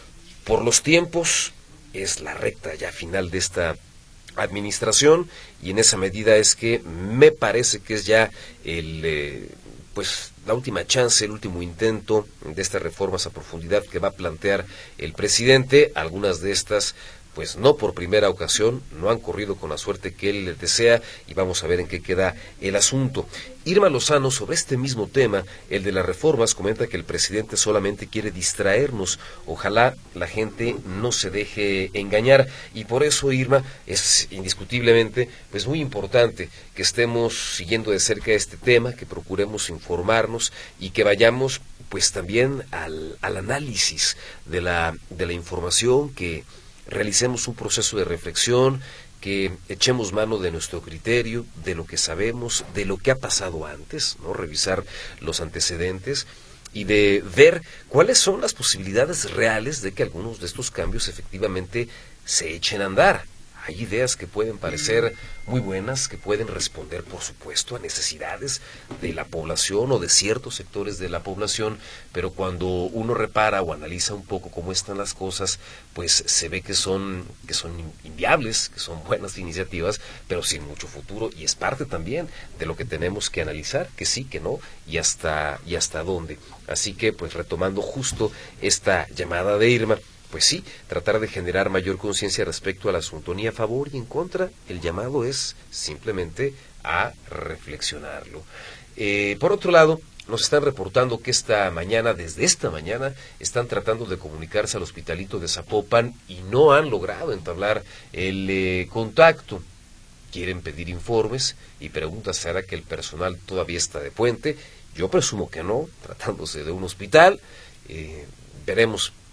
por los tiempos, es la recta ya final de esta administración y en esa medida es que me parece que es ya el eh, pues la última chance, el último intento de estas reformas a profundidad que va a plantear el presidente. Algunas de estas, pues no por primera ocasión, no han corrido con la suerte que él desea y vamos a ver en qué queda el asunto. Irma Lozano, sobre este mismo tema, el de las reformas, comenta que el presidente solamente quiere distraernos. Ojalá la gente no se deje engañar y por eso, Irma, es indiscutiblemente pues muy importante que estemos siguiendo de cerca este tema, que procuremos informarnos y que vayamos pues también al, al análisis de la, de la información, que realicemos un proceso de reflexión, que echemos mano de nuestro criterio, de lo que sabemos, de lo que ha pasado antes, ¿no? Revisar los antecedentes y de ver cuáles son las posibilidades reales de que algunos de estos cambios efectivamente se echen a andar. Hay ideas que pueden parecer muy buenas, que pueden responder, por supuesto, a necesidades de la población o de ciertos sectores de la población, pero cuando uno repara o analiza un poco cómo están las cosas, pues se ve que son, que son inviables, que son buenas iniciativas, pero sin mucho futuro, y es parte también de lo que tenemos que analizar, que sí, que no, y hasta, y hasta dónde. Así que, pues retomando justo esta llamada de Irma, pues sí, tratar de generar mayor conciencia respecto al asunto, ni a favor ni en contra. El llamado es simplemente a reflexionarlo. Eh, por otro lado, nos están reportando que esta mañana, desde esta mañana, están tratando de comunicarse al Hospitalito de Zapopan y no han logrado entablar el eh, contacto. Quieren pedir informes y preguntan: ¿será que el personal todavía está de puente? Yo presumo que no, tratándose de un hospital. Eh, veremos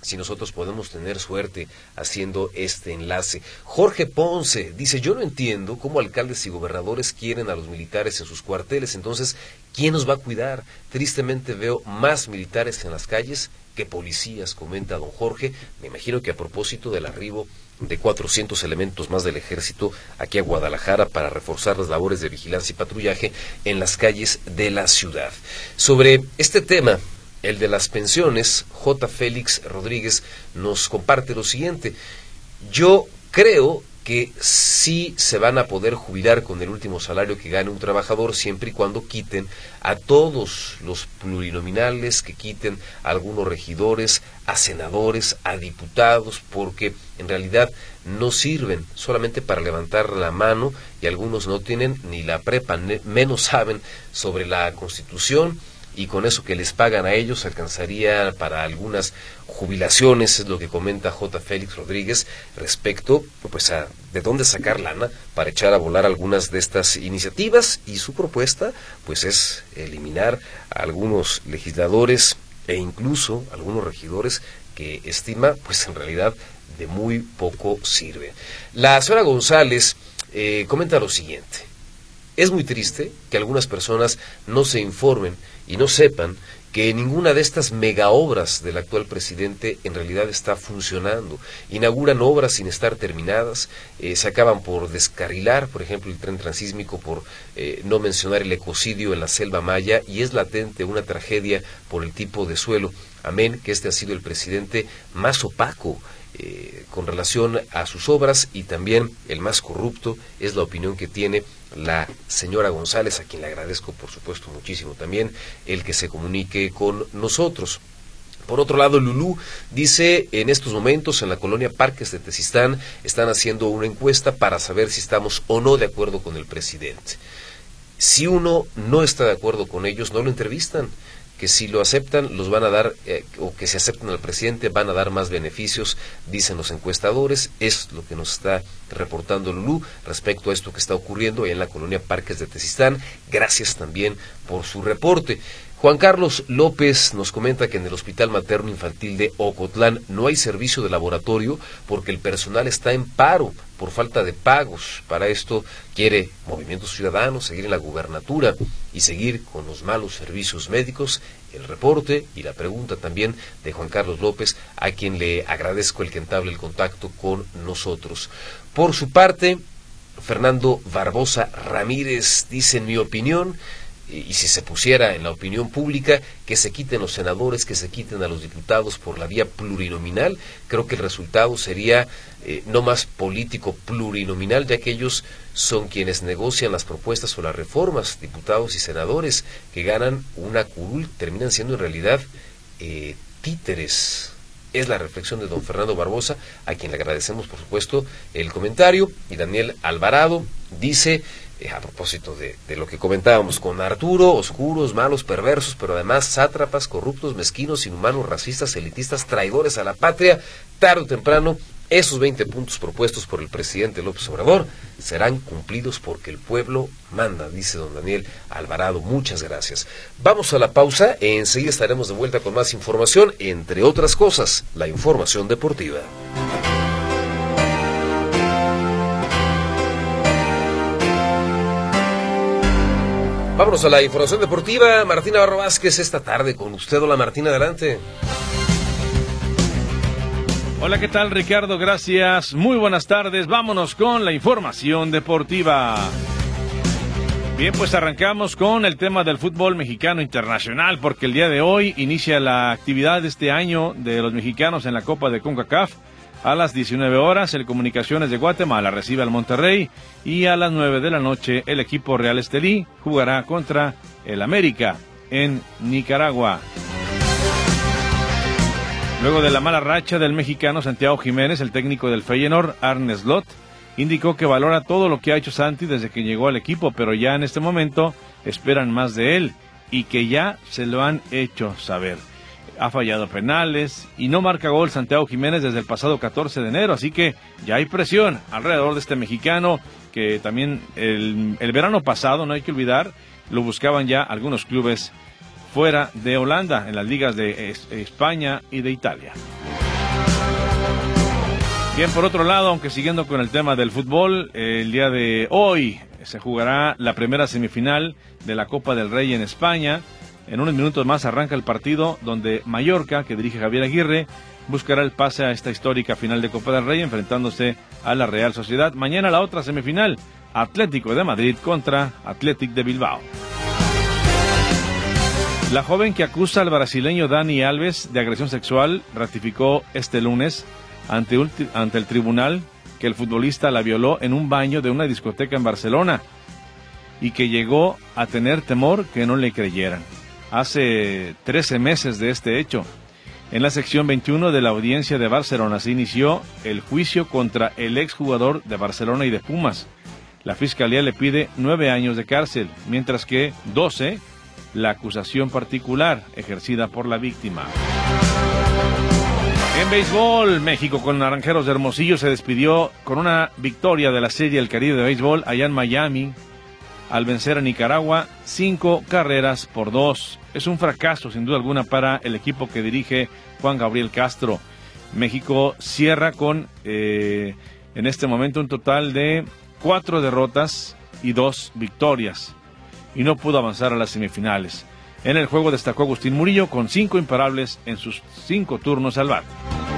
si nosotros podemos tener suerte haciendo este enlace. Jorge Ponce dice, yo no entiendo cómo alcaldes y gobernadores quieren a los militares en sus cuarteles, entonces, ¿quién nos va a cuidar? Tristemente veo más militares en las calles que policías, comenta don Jorge. Me imagino que a propósito del arribo de cuatrocientos elementos más del ejército aquí a Guadalajara para reforzar las labores de vigilancia y patrullaje en las calles de la ciudad. Sobre este tema, el de las pensiones, J. Félix Rodríguez nos comparte lo siguiente. Yo creo que sí se van a poder jubilar con el último salario que gane un trabajador, siempre y cuando quiten a todos los plurinominales, que quiten a algunos regidores, a senadores, a diputados, porque en realidad no sirven solamente para levantar la mano y algunos no tienen ni la prepa, menos saben sobre la Constitución, y con eso que les pagan a ellos alcanzaría para algunas jubilaciones, es lo que comenta J. Félix Rodríguez respecto pues a de dónde sacar lana para echar a volar algunas de estas iniciativas, y su propuesta pues es eliminar a algunos legisladores e incluso algunos regidores que estima pues en realidad de muy poco sirve. La señora González eh, comenta lo siguiente: es muy triste que algunas personas no se informen y no sepan que ninguna de estas mega obras del actual presidente en realidad está funcionando. Inauguran obras sin estar terminadas, eh, se acaban por descarrilar, por ejemplo, el tren transísmico, por eh, no mencionar el ecocidio en la selva maya, y es latente una tragedia por el tipo de suelo. Amén, que este ha sido el presidente más opaco eh, con relación a sus obras, y también el más corrupto, es la opinión que tiene la señora González, a quien le agradezco por supuesto muchísimo también el que se comunique con nosotros. Por otro lado, Lulú dice, en estos momentos en la colonia Parques de Tezistán están haciendo una encuesta para saber si estamos o no de acuerdo con el presidente. Si uno no está de acuerdo con ellos, no lo entrevistan, que si lo aceptan los van a dar, eh, o que si aceptan al presidente van a dar más beneficios, dicen los encuestadores. Es lo que nos está reportando Lulú respecto a esto que está ocurriendo en la colonia Parques de Tezistán. Gracias también por su reporte. Juan Carlos López nos comenta que en el Hospital Materno Infantil de Ocotlán no hay servicio de laboratorio porque el personal está en paro por falta de pagos. Para esto quiere Movimiento Ciudadano seguir en la gubernatura y seguir con los malos servicios médicos. El reporte y la pregunta también de Juan Carlos López, a quien le agradezco el que entable el contacto con nosotros. Por su parte, Fernando Barbosa Ramírez dice, en mi opinión, y si se pusiera en la opinión pública, que se quiten los senadores, que se quiten a los diputados por la vía plurinominal, creo que el resultado sería eh, no más político plurinominal, ya que ellos son quienes negocian las propuestas o las reformas. Diputados y senadores que ganan una curul terminan siendo en realidad eh, títeres. Es la reflexión de don Fernando Barbosa, a quien le agradecemos por supuesto el comentario. Y Daniel Alvarado dice, a propósito de, de lo que comentábamos con Arturo, oscuros, malos, perversos, pero además sátrapas, corruptos, mezquinos, inhumanos, racistas, elitistas, traidores a la patria, tarde o temprano, esos veinte puntos propuestos por el presidente López Obrador serán cumplidos porque el pueblo manda, dice don Daniel Alvarado. Muchas gracias. Vamos a la pausa, enseguida estaremos de vuelta con más información, entre otras cosas, la información deportiva. Vámonos a la información deportiva. Martina Barro Vázquez esta tarde con usted. Hola Martina, adelante. Hola, ¿qué tal Ricardo? Gracias, muy buenas tardes. Vámonos con la información deportiva. Bien, pues arrancamos con el tema del fútbol mexicano internacional, porque el día de hoy inicia la actividad de este año de los mexicanos en la Copa de CONCACAF. A las diecinueve horas, el Comunicaciones de Guatemala recibe al Monterrey, y a las nueve de la noche el equipo Real Estelí jugará contra el América en Nicaragua. Luego de la mala racha del mexicano Santiago Jiménez, el técnico del Feyenoord, Arne Slot, indicó que valora todo lo que ha hecho Santi desde que llegó al equipo, pero ya en este momento esperan más de él y que ya se lo han hecho saber. Ha fallado penales y no marca gol Santiago Jiménez desde el pasado catorce de enero, así que ya hay presión alrededor de este mexicano, que también el, el verano pasado, no hay que olvidar, lo buscaban ya algunos clubes fuera de Holanda, en las ligas de España y de Italia. Bien, por otro lado, aunque siguiendo con el tema del fútbol, el día de hoy se jugará la primera semifinal de la Copa del Rey en España. En unos minutos más arranca el partido donde Mallorca, que dirige Javier Aguirre, buscará el pase a esta histórica final de Copa del Rey enfrentándose a la Real Sociedad. Mañana la otra semifinal, Atlético de Madrid contra Athletic de Bilbao. La joven que acusa al brasileño Dani Alves de agresión sexual ratificó este lunes ante, ante el tribunal que el futbolista la violó en un baño de una discoteca en Barcelona y que llegó a tener temor que no le creyeran. Hace trece meses de este hecho, en la sección veintiuno de la audiencia de Barcelona se inició el juicio contra el exjugador de Barcelona y de Pumas. La fiscalía le pide nueve años de cárcel, mientras que doce la acusación particular ejercida por la víctima. En béisbol, México con Naranjeros de Hermosillo se despidió con una victoria de la Serie del Caribe de Béisbol allá en Miami al vencer a Nicaragua cinco carreras por dos. Es un fracaso sin duda alguna para el equipo que dirige Juan Gabriel Castro. México cierra con eh, en este momento un total de cuatro derrotas y dos victorias y no pudo avanzar a las semifinales. En el juego destacó Agustín Murillo con cinco imparables en sus cinco turnos al bat.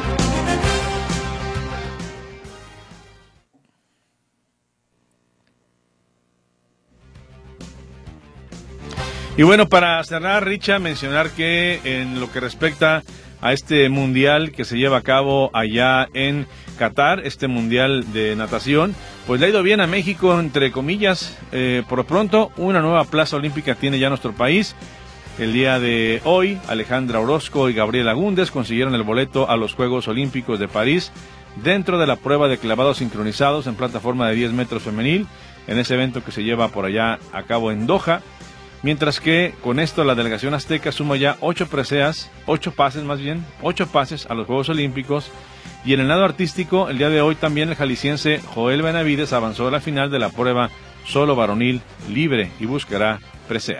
Y bueno, para cerrar, Richa, mencionar que en lo que respecta a este mundial que se lleva a cabo allá en Qatar, este mundial de natación, pues le ha ido bien a México, entre comillas. Eh, por lo pronto, una nueva plaza olímpica tiene ya nuestro país. El día de hoy, Alejandra Orozco y Gabriela Agúndez consiguieron el boleto a los Juegos Olímpicos de París dentro de la prueba de clavados sincronizados en plataforma de diez metros femenil, en ese evento que se lleva por allá a cabo en Doha. Mientras que con esto la delegación azteca suma ya ocho preseas, ocho pases más bien, ocho pases a los Juegos Olímpicos. Y en el nado artístico, el día de hoy también el jalisciense Joel Benavides avanzó a la final de la prueba solo varonil libre y buscará presea.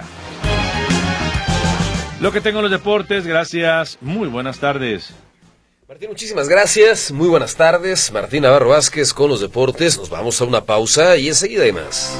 Lo que tengo en los deportes, gracias, muy buenas tardes. Martín, muchísimas gracias, muy buenas tardes. Martín Navarro Vázquez con los deportes, nos vamos a una pausa y enseguida hay más.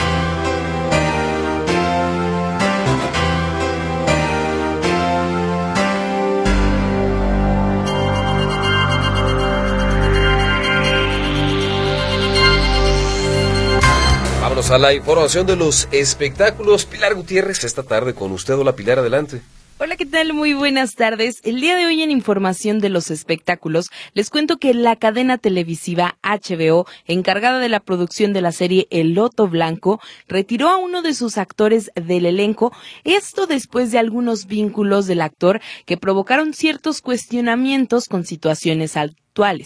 A la información de los espectáculos. Pilar Gutiérrez, esta tarde con usted. Hola Pilar, adelante. Hola, ¿qué tal? Muy buenas tardes. El día de hoy en información de los espectáculos les cuento que la cadena televisiva H B O, encargada de la producción de la serie El Loto Blanco, retiró a uno de sus actores del elenco, esto después de algunos vínculos del actor que provocaron ciertos cuestionamientos con situaciones altas.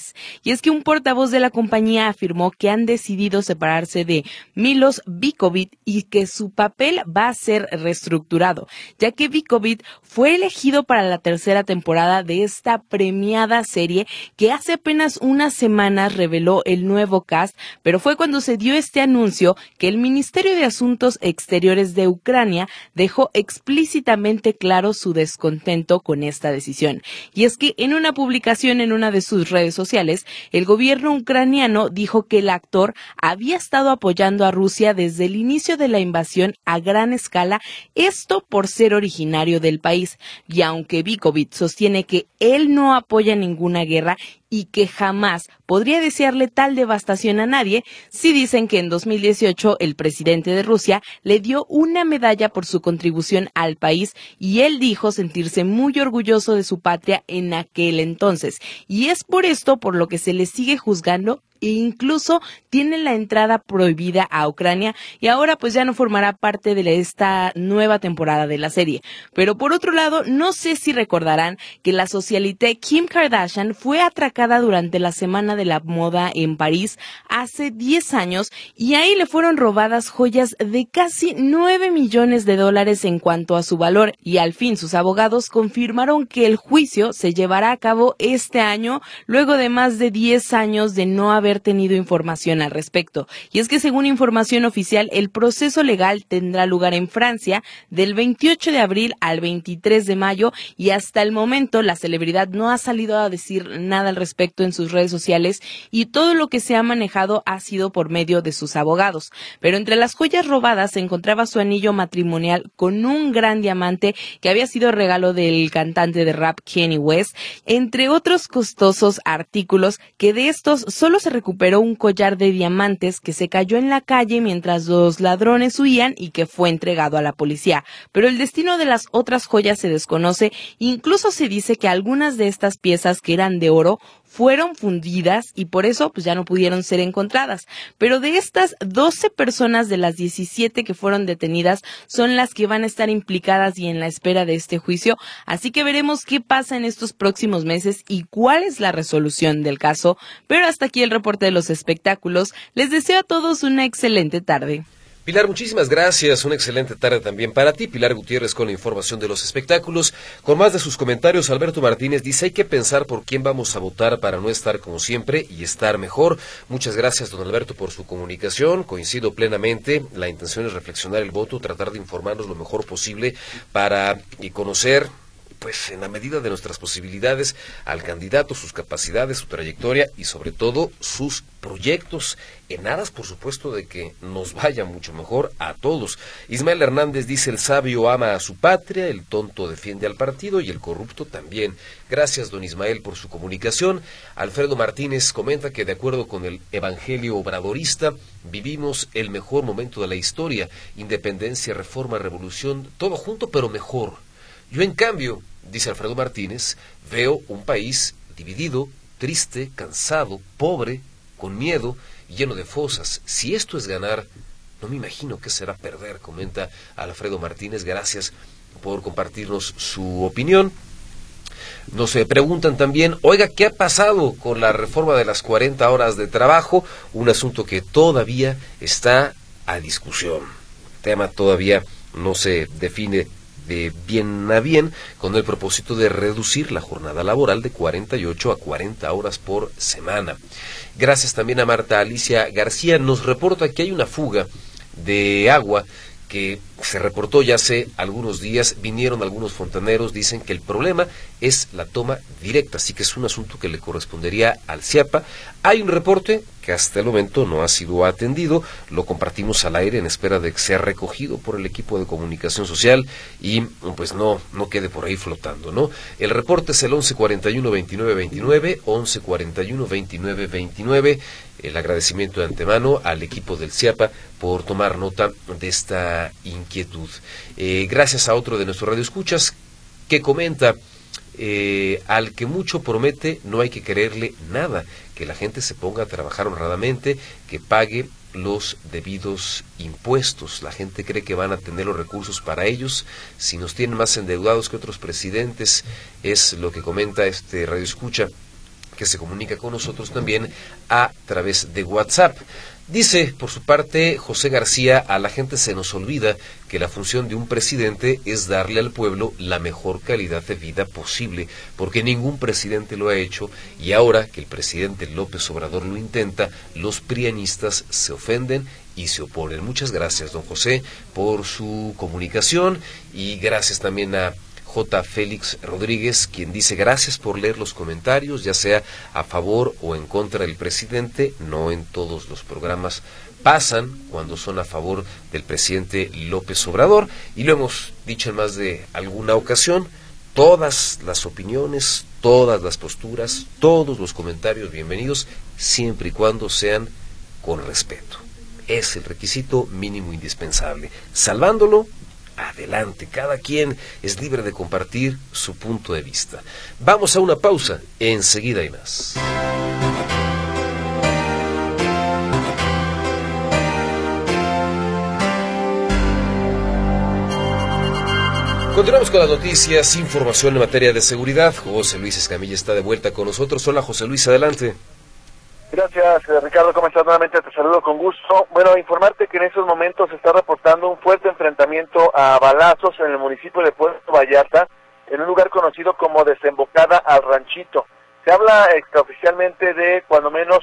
Y es que un portavoz de la compañía afirmó que han decidido separarse de Milos Bikovic y que su papel va a ser reestructurado, ya que Bikovic fue elegido para la tercera temporada de esta premiada serie que hace apenas unas semanas reveló el nuevo cast, pero fue cuando se dio este anuncio que el Ministerio de Asuntos Exteriores de Ucrania dejó explícitamente claro su descontento con esta decisión. Y es que en una publicación en una de sus redes sociales, el gobierno ucraniano dijo que el actor había estado apoyando a Rusia desde el inicio de la invasión a gran escala, esto por ser originario del país. Y aunque Bikovic sostiene que él no apoya ninguna guerra y que jamás podría desearle tal devastación a nadie, sí dicen que en dos mil dieciocho el presidente de Rusia le dio una medalla por su contribución al país y él dijo sentirse muy orgulloso de su patria en aquel entonces. Y es por esto por lo que se le sigue juzgando e incluso tiene la entrada prohibida a Ucrania y ahora pues ya no formará parte de esta nueva temporada de la serie. Pero por otro lado, no sé si recordarán que la socialité Kim Kardashian fue atracada durante la Semana de la Moda en París hace diez años y ahí le fueron robadas joyas de casi nueve millones de dólares en cuanto a su valor y al fin sus abogados confirmaron que el juicio se llevará a cabo este año luego de más de diez años de no haber haber tenido información al respecto. Y es que según información oficial, el proceso legal tendrá lugar en Francia del veintiocho de abril al veintitrés de mayo y hasta el momento la celebridad no ha salido a decir nada al respecto en sus redes sociales y todo lo que se ha manejado ha sido por medio de sus abogados. Pero entre las joyas robadas se encontraba su anillo matrimonial con un gran diamante que había sido regalo del cantante de rap Kanye West, entre otros costosos artículos, que de estos solo se recuperó un collar de diamantes que se cayó en la calle mientras los ladrones huían y que fue entregado a la policía. Pero el destino de las otras joyas se desconoce, incluso se dice que algunas de estas piezas que eran de oro fueron fundidas y por eso pues ya no pudieron ser encontradas. Pero de estas doce personas de las diecisiete que fueron detenidas son las que van a estar implicadas y en la espera de este juicio, así que veremos qué pasa en estos próximos meses y cuál es la resolución del caso. Pero hasta aquí el reporte de los espectáculos. Les deseo a todos una excelente tarde. Pilar, muchísimas gracias. Una excelente tarde también para ti. Pilar Gutiérrez con la información de los espectáculos. Con más de sus comentarios, Alberto Martínez dice, hay que pensar por quién vamos a votar para no estar como siempre y estar mejor. Muchas gracias, don Alberto, por su comunicación. Coincido plenamente. La intención es reflexionar el voto, tratar de informarnos lo mejor posible para y conocer, pues en la medida de nuestras posibilidades, al candidato, sus capacidades, su trayectoria y sobre todo sus proyectos, en aras, por supuesto, de que nos vaya mucho mejor a todos. Ismael Hernández dice, el sabio ama a su patria, el tonto defiende al partido y el corrupto también. Gracias, don Ismael, por su comunicación. Alfredo Martínez comenta que de acuerdo con el evangelio obradorista, vivimos el mejor momento de la historia, independencia, reforma, revolución, todo junto pero mejor. Yo, en cambio, dice Alfredo Martínez, veo un país dividido, triste, cansado, pobre, con miedo y lleno de fosas. Si esto es ganar, no me imagino qué será perder, comenta Alfredo Martínez. Gracias por compartirnos su opinión. Nos eh, preguntan también, oiga, ¿qué ha pasado con la reforma de las cuarenta horas de trabajo? Un asunto que todavía está a discusión. El tema todavía no se define de bien a bien, con el propósito de reducir la jornada laboral de cuarenta y ocho a cuarenta horas por semana. Gracias también a Marta Alicia García. Nos reporta que hay una fuga de agua que se reportó ya hace algunos días. Vinieron algunos fontaneros, dicen que el problema es la toma directa, así que es un asunto que le correspondería al CIAPA. Hay un reporte que hasta el momento no ha sido atendido, lo compartimos al aire en espera de que sea recogido por el equipo de comunicación social y pues no, no quede por ahí flotando, ¿no? El reporte es el once cuarenta y uno veintinueve veintinueve, once cuarenta y uno veintinueve veintinueve. El agradecimiento de antemano al equipo del CIAPA por tomar nota de esta inquietud. Eh, gracias a otro de nuestros radioescuchas que comenta, eh, al que mucho promete no hay que creerle nada, que la gente se ponga a trabajar honradamente, que pague los debidos impuestos. La gente cree que van a tener los recursos para ellos, si nos tienen más endeudados que otros presidentes, es lo que comenta este radioescucha que se comunica con nosotros también a través de WhatsApp. Dice, por su parte, José García, a la gente se nos olvida que la función de un presidente es darle al pueblo la mejor calidad de vida posible, porque ningún presidente lo ha hecho, y ahora que el presidente López Obrador lo intenta, los prianistas se ofenden y se oponen. Muchas gracias, don José, por su comunicación, y gracias también a J. Félix Rodríguez, quien dice, gracias por leer los comentarios, ya sea a favor o en contra del presidente. No en todos los programas pasan cuando son a favor del presidente López Obrador, y lo hemos dicho en más de alguna ocasión, todas las opiniones, todas las posturas, todos los comentarios bienvenidos, siempre y cuando sean con respeto. Es el requisito mínimo indispensable. Salvándolo, adelante, cada quien es libre de compartir su punto de vista. Vamos a una pausa, enseguida hay más. Continuamos con las noticias, información en materia de seguridad. José Luis Escamilla está de vuelta con nosotros. Hola, José Luis, adelante. Gracias, Ricardo. ¿Cómo estás? Nuevamente te saludo con gusto. Bueno, informarte que en estos momentos se está reportando un fuerte enfrentamiento a balazos en el municipio de Puerto Vallarta, en un lugar conocido como Desembocada al Ranchito. Se habla extraoficialmente de cuando menos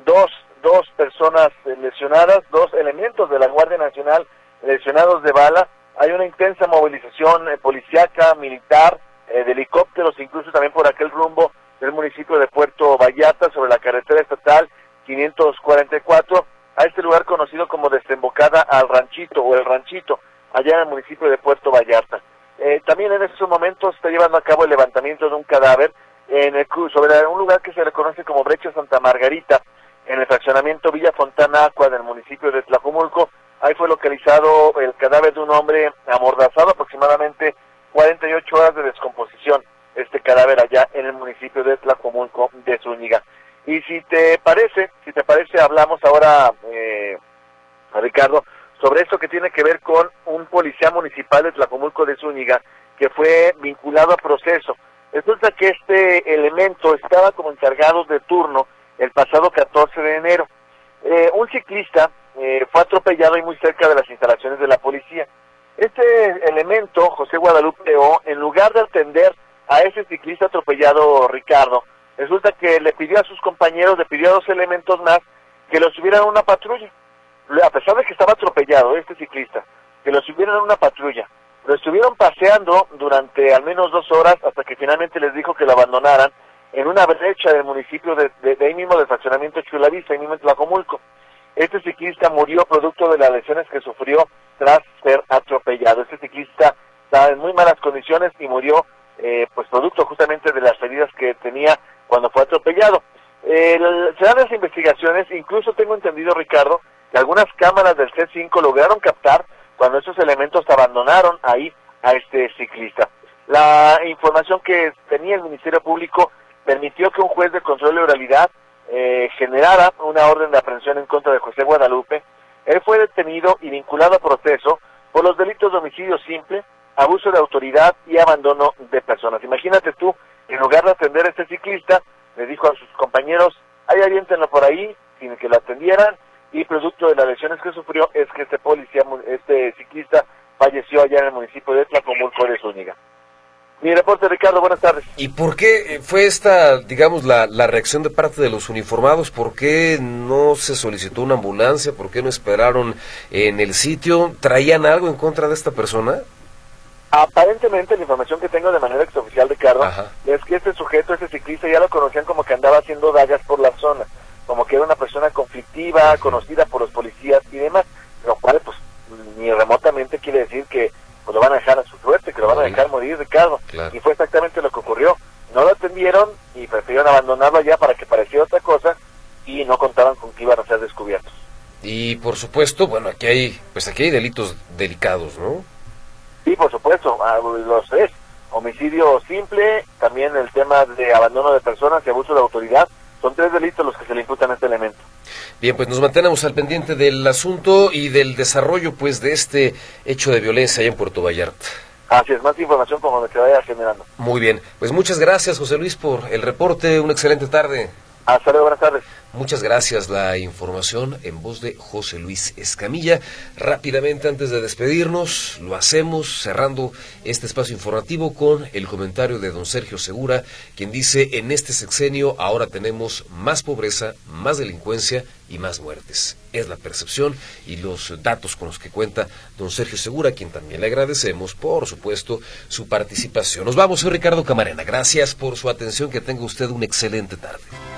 dos, dos personas lesionadas, dos elementos de la Guardia Nacional lesionados de bala. Hay una intensa movilización eh, policíaca, militar, eh, de helicópteros, incluso también por aquel rumbo del municipio de Puerto Vallarta, sobre la carretera estatal quinientos cuarenta y cuatro, a este lugar conocido como Desembocada al Ranchito, o El Ranchito, allá en el municipio de Puerto Vallarta. Eh, también en estos momentos se está llevando a cabo el levantamiento de un cadáver en el, sobre un lugar que se le conoce como Brecha Santa Margarita, en el fraccionamiento Villa Fontana Aqua del municipio de Tlajomulco. Ahí fue localizado el cadáver de un hombre amordazado, aproximadamente cuarenta y ocho horas de descomposición, este cadáver allá en el municipio de Tlajomulco de Zúñiga. Y si te parece, si te parece, hablamos ahora, eh, Ricardo, sobre esto que tiene que ver con un policía municipal de Tlajomulco de Zúñiga que fue vinculado a proceso. Resulta que este elemento estaba como encargado de turno el pasado catorce de enero. Eh, un ciclista eh, fue atropellado ahí muy cerca de las instalaciones de la policía. Este elemento, José Guadalupe O, en lugar de atender a ese ciclista atropellado, Ricardo, resulta que le pidió a sus compañeros, le pidió a dos elementos más que lo subieran a una patrulla. A pesar de que estaba atropellado este ciclista, que lo subieran a una patrulla. Lo estuvieron paseando durante al menos dos horas hasta que finalmente les dijo que lo abandonaran en una brecha del municipio de, de, de ahí mismo del fraccionamiento Chulavista, ahí mismo en Tlajomulco. Este ciclista murió producto de las lesiones que sufrió tras ser atropellado. Este ciclista estaba en muy malas condiciones y murió eh, pues producto justamente de las heridas que tenía cuando fue atropellado. Eh, se dan las investigaciones, incluso tengo entendido, Ricardo, que algunas cámaras del C cinco lograron captar cuando esos elementos abandonaron ahí a este ciclista. La información que tenía el Ministerio Público permitió que un juez de control de oralidad eh, generara una orden de aprehensión en contra de José Guadalupe. Él fue detenido y vinculado a proceso por los delitos de homicidio simple, abuso de autoridad y abandono de personas. Imagínate tú, en lugar de atender a este ciclista, le dijo a sus compañeros, ahí aviéntenlo por ahí, sin que lo atendieran, y producto de las lesiones que sufrió es que este policía, este ciclista, falleció allá en el municipio de Tlajomulco de Zúñiga. Mi reporte, Ricardo, buenas tardes. ¿Y por qué fue esta, digamos, la, la reacción de parte de los uniformados? ¿Por qué no se solicitó una ambulancia? ¿Por qué no esperaron en el sitio? ¿Traían algo en contra de esta persona? Aparentemente, la información que tengo de manera extraoficial, Ricardo, Ajá. es que este sujeto, este ciclista, ya lo conocían como que andaba haciendo dagas por la zona, como que era una persona conflictiva, conocida por los policías y demás, lo cual, pues, ni remotamente quiere decir que pues, lo van a dejar a su suerte, que lo van a dejar morir, Ricardo. Claro. Y fue exactamente lo que ocurrió. No lo atendieron y prefirieron abandonarlo allá para que pareciera otra cosa y no contaban con que iban a ser descubiertos. Y, por supuesto, bueno, aquí hay, pues aquí hay delitos delicados, ¿no? Sí, por supuesto, los tres. Homicidio simple, también el tema de abandono de personas y abuso de autoridad. Son tres delitos los que se le imputan a este elemento. Bien, pues nos mantenemos al pendiente del asunto y del desarrollo pues de este hecho de violencia allá en Puerto Vallarta. Así es, más información como me se vaya generando. Muy bien, pues muchas gracias, José Luis, por el reporte. Una excelente tarde. Hasta luego, buenas tardes. Muchas gracias. La información en voz de José Luis Escamilla. Rápidamente, antes de despedirnos, lo hacemos cerrando este espacio informativo con el comentario de don Sergio Segura, quien dice, en este sexenio ahora tenemos más pobreza, más delincuencia y más muertes. Es la percepción y los datos con los que cuenta don Sergio Segura, a quien también le agradecemos, por supuesto, su participación. Nos vamos, soy Ricardo Camarena. Gracias por su atención, que tenga usted una excelente tarde.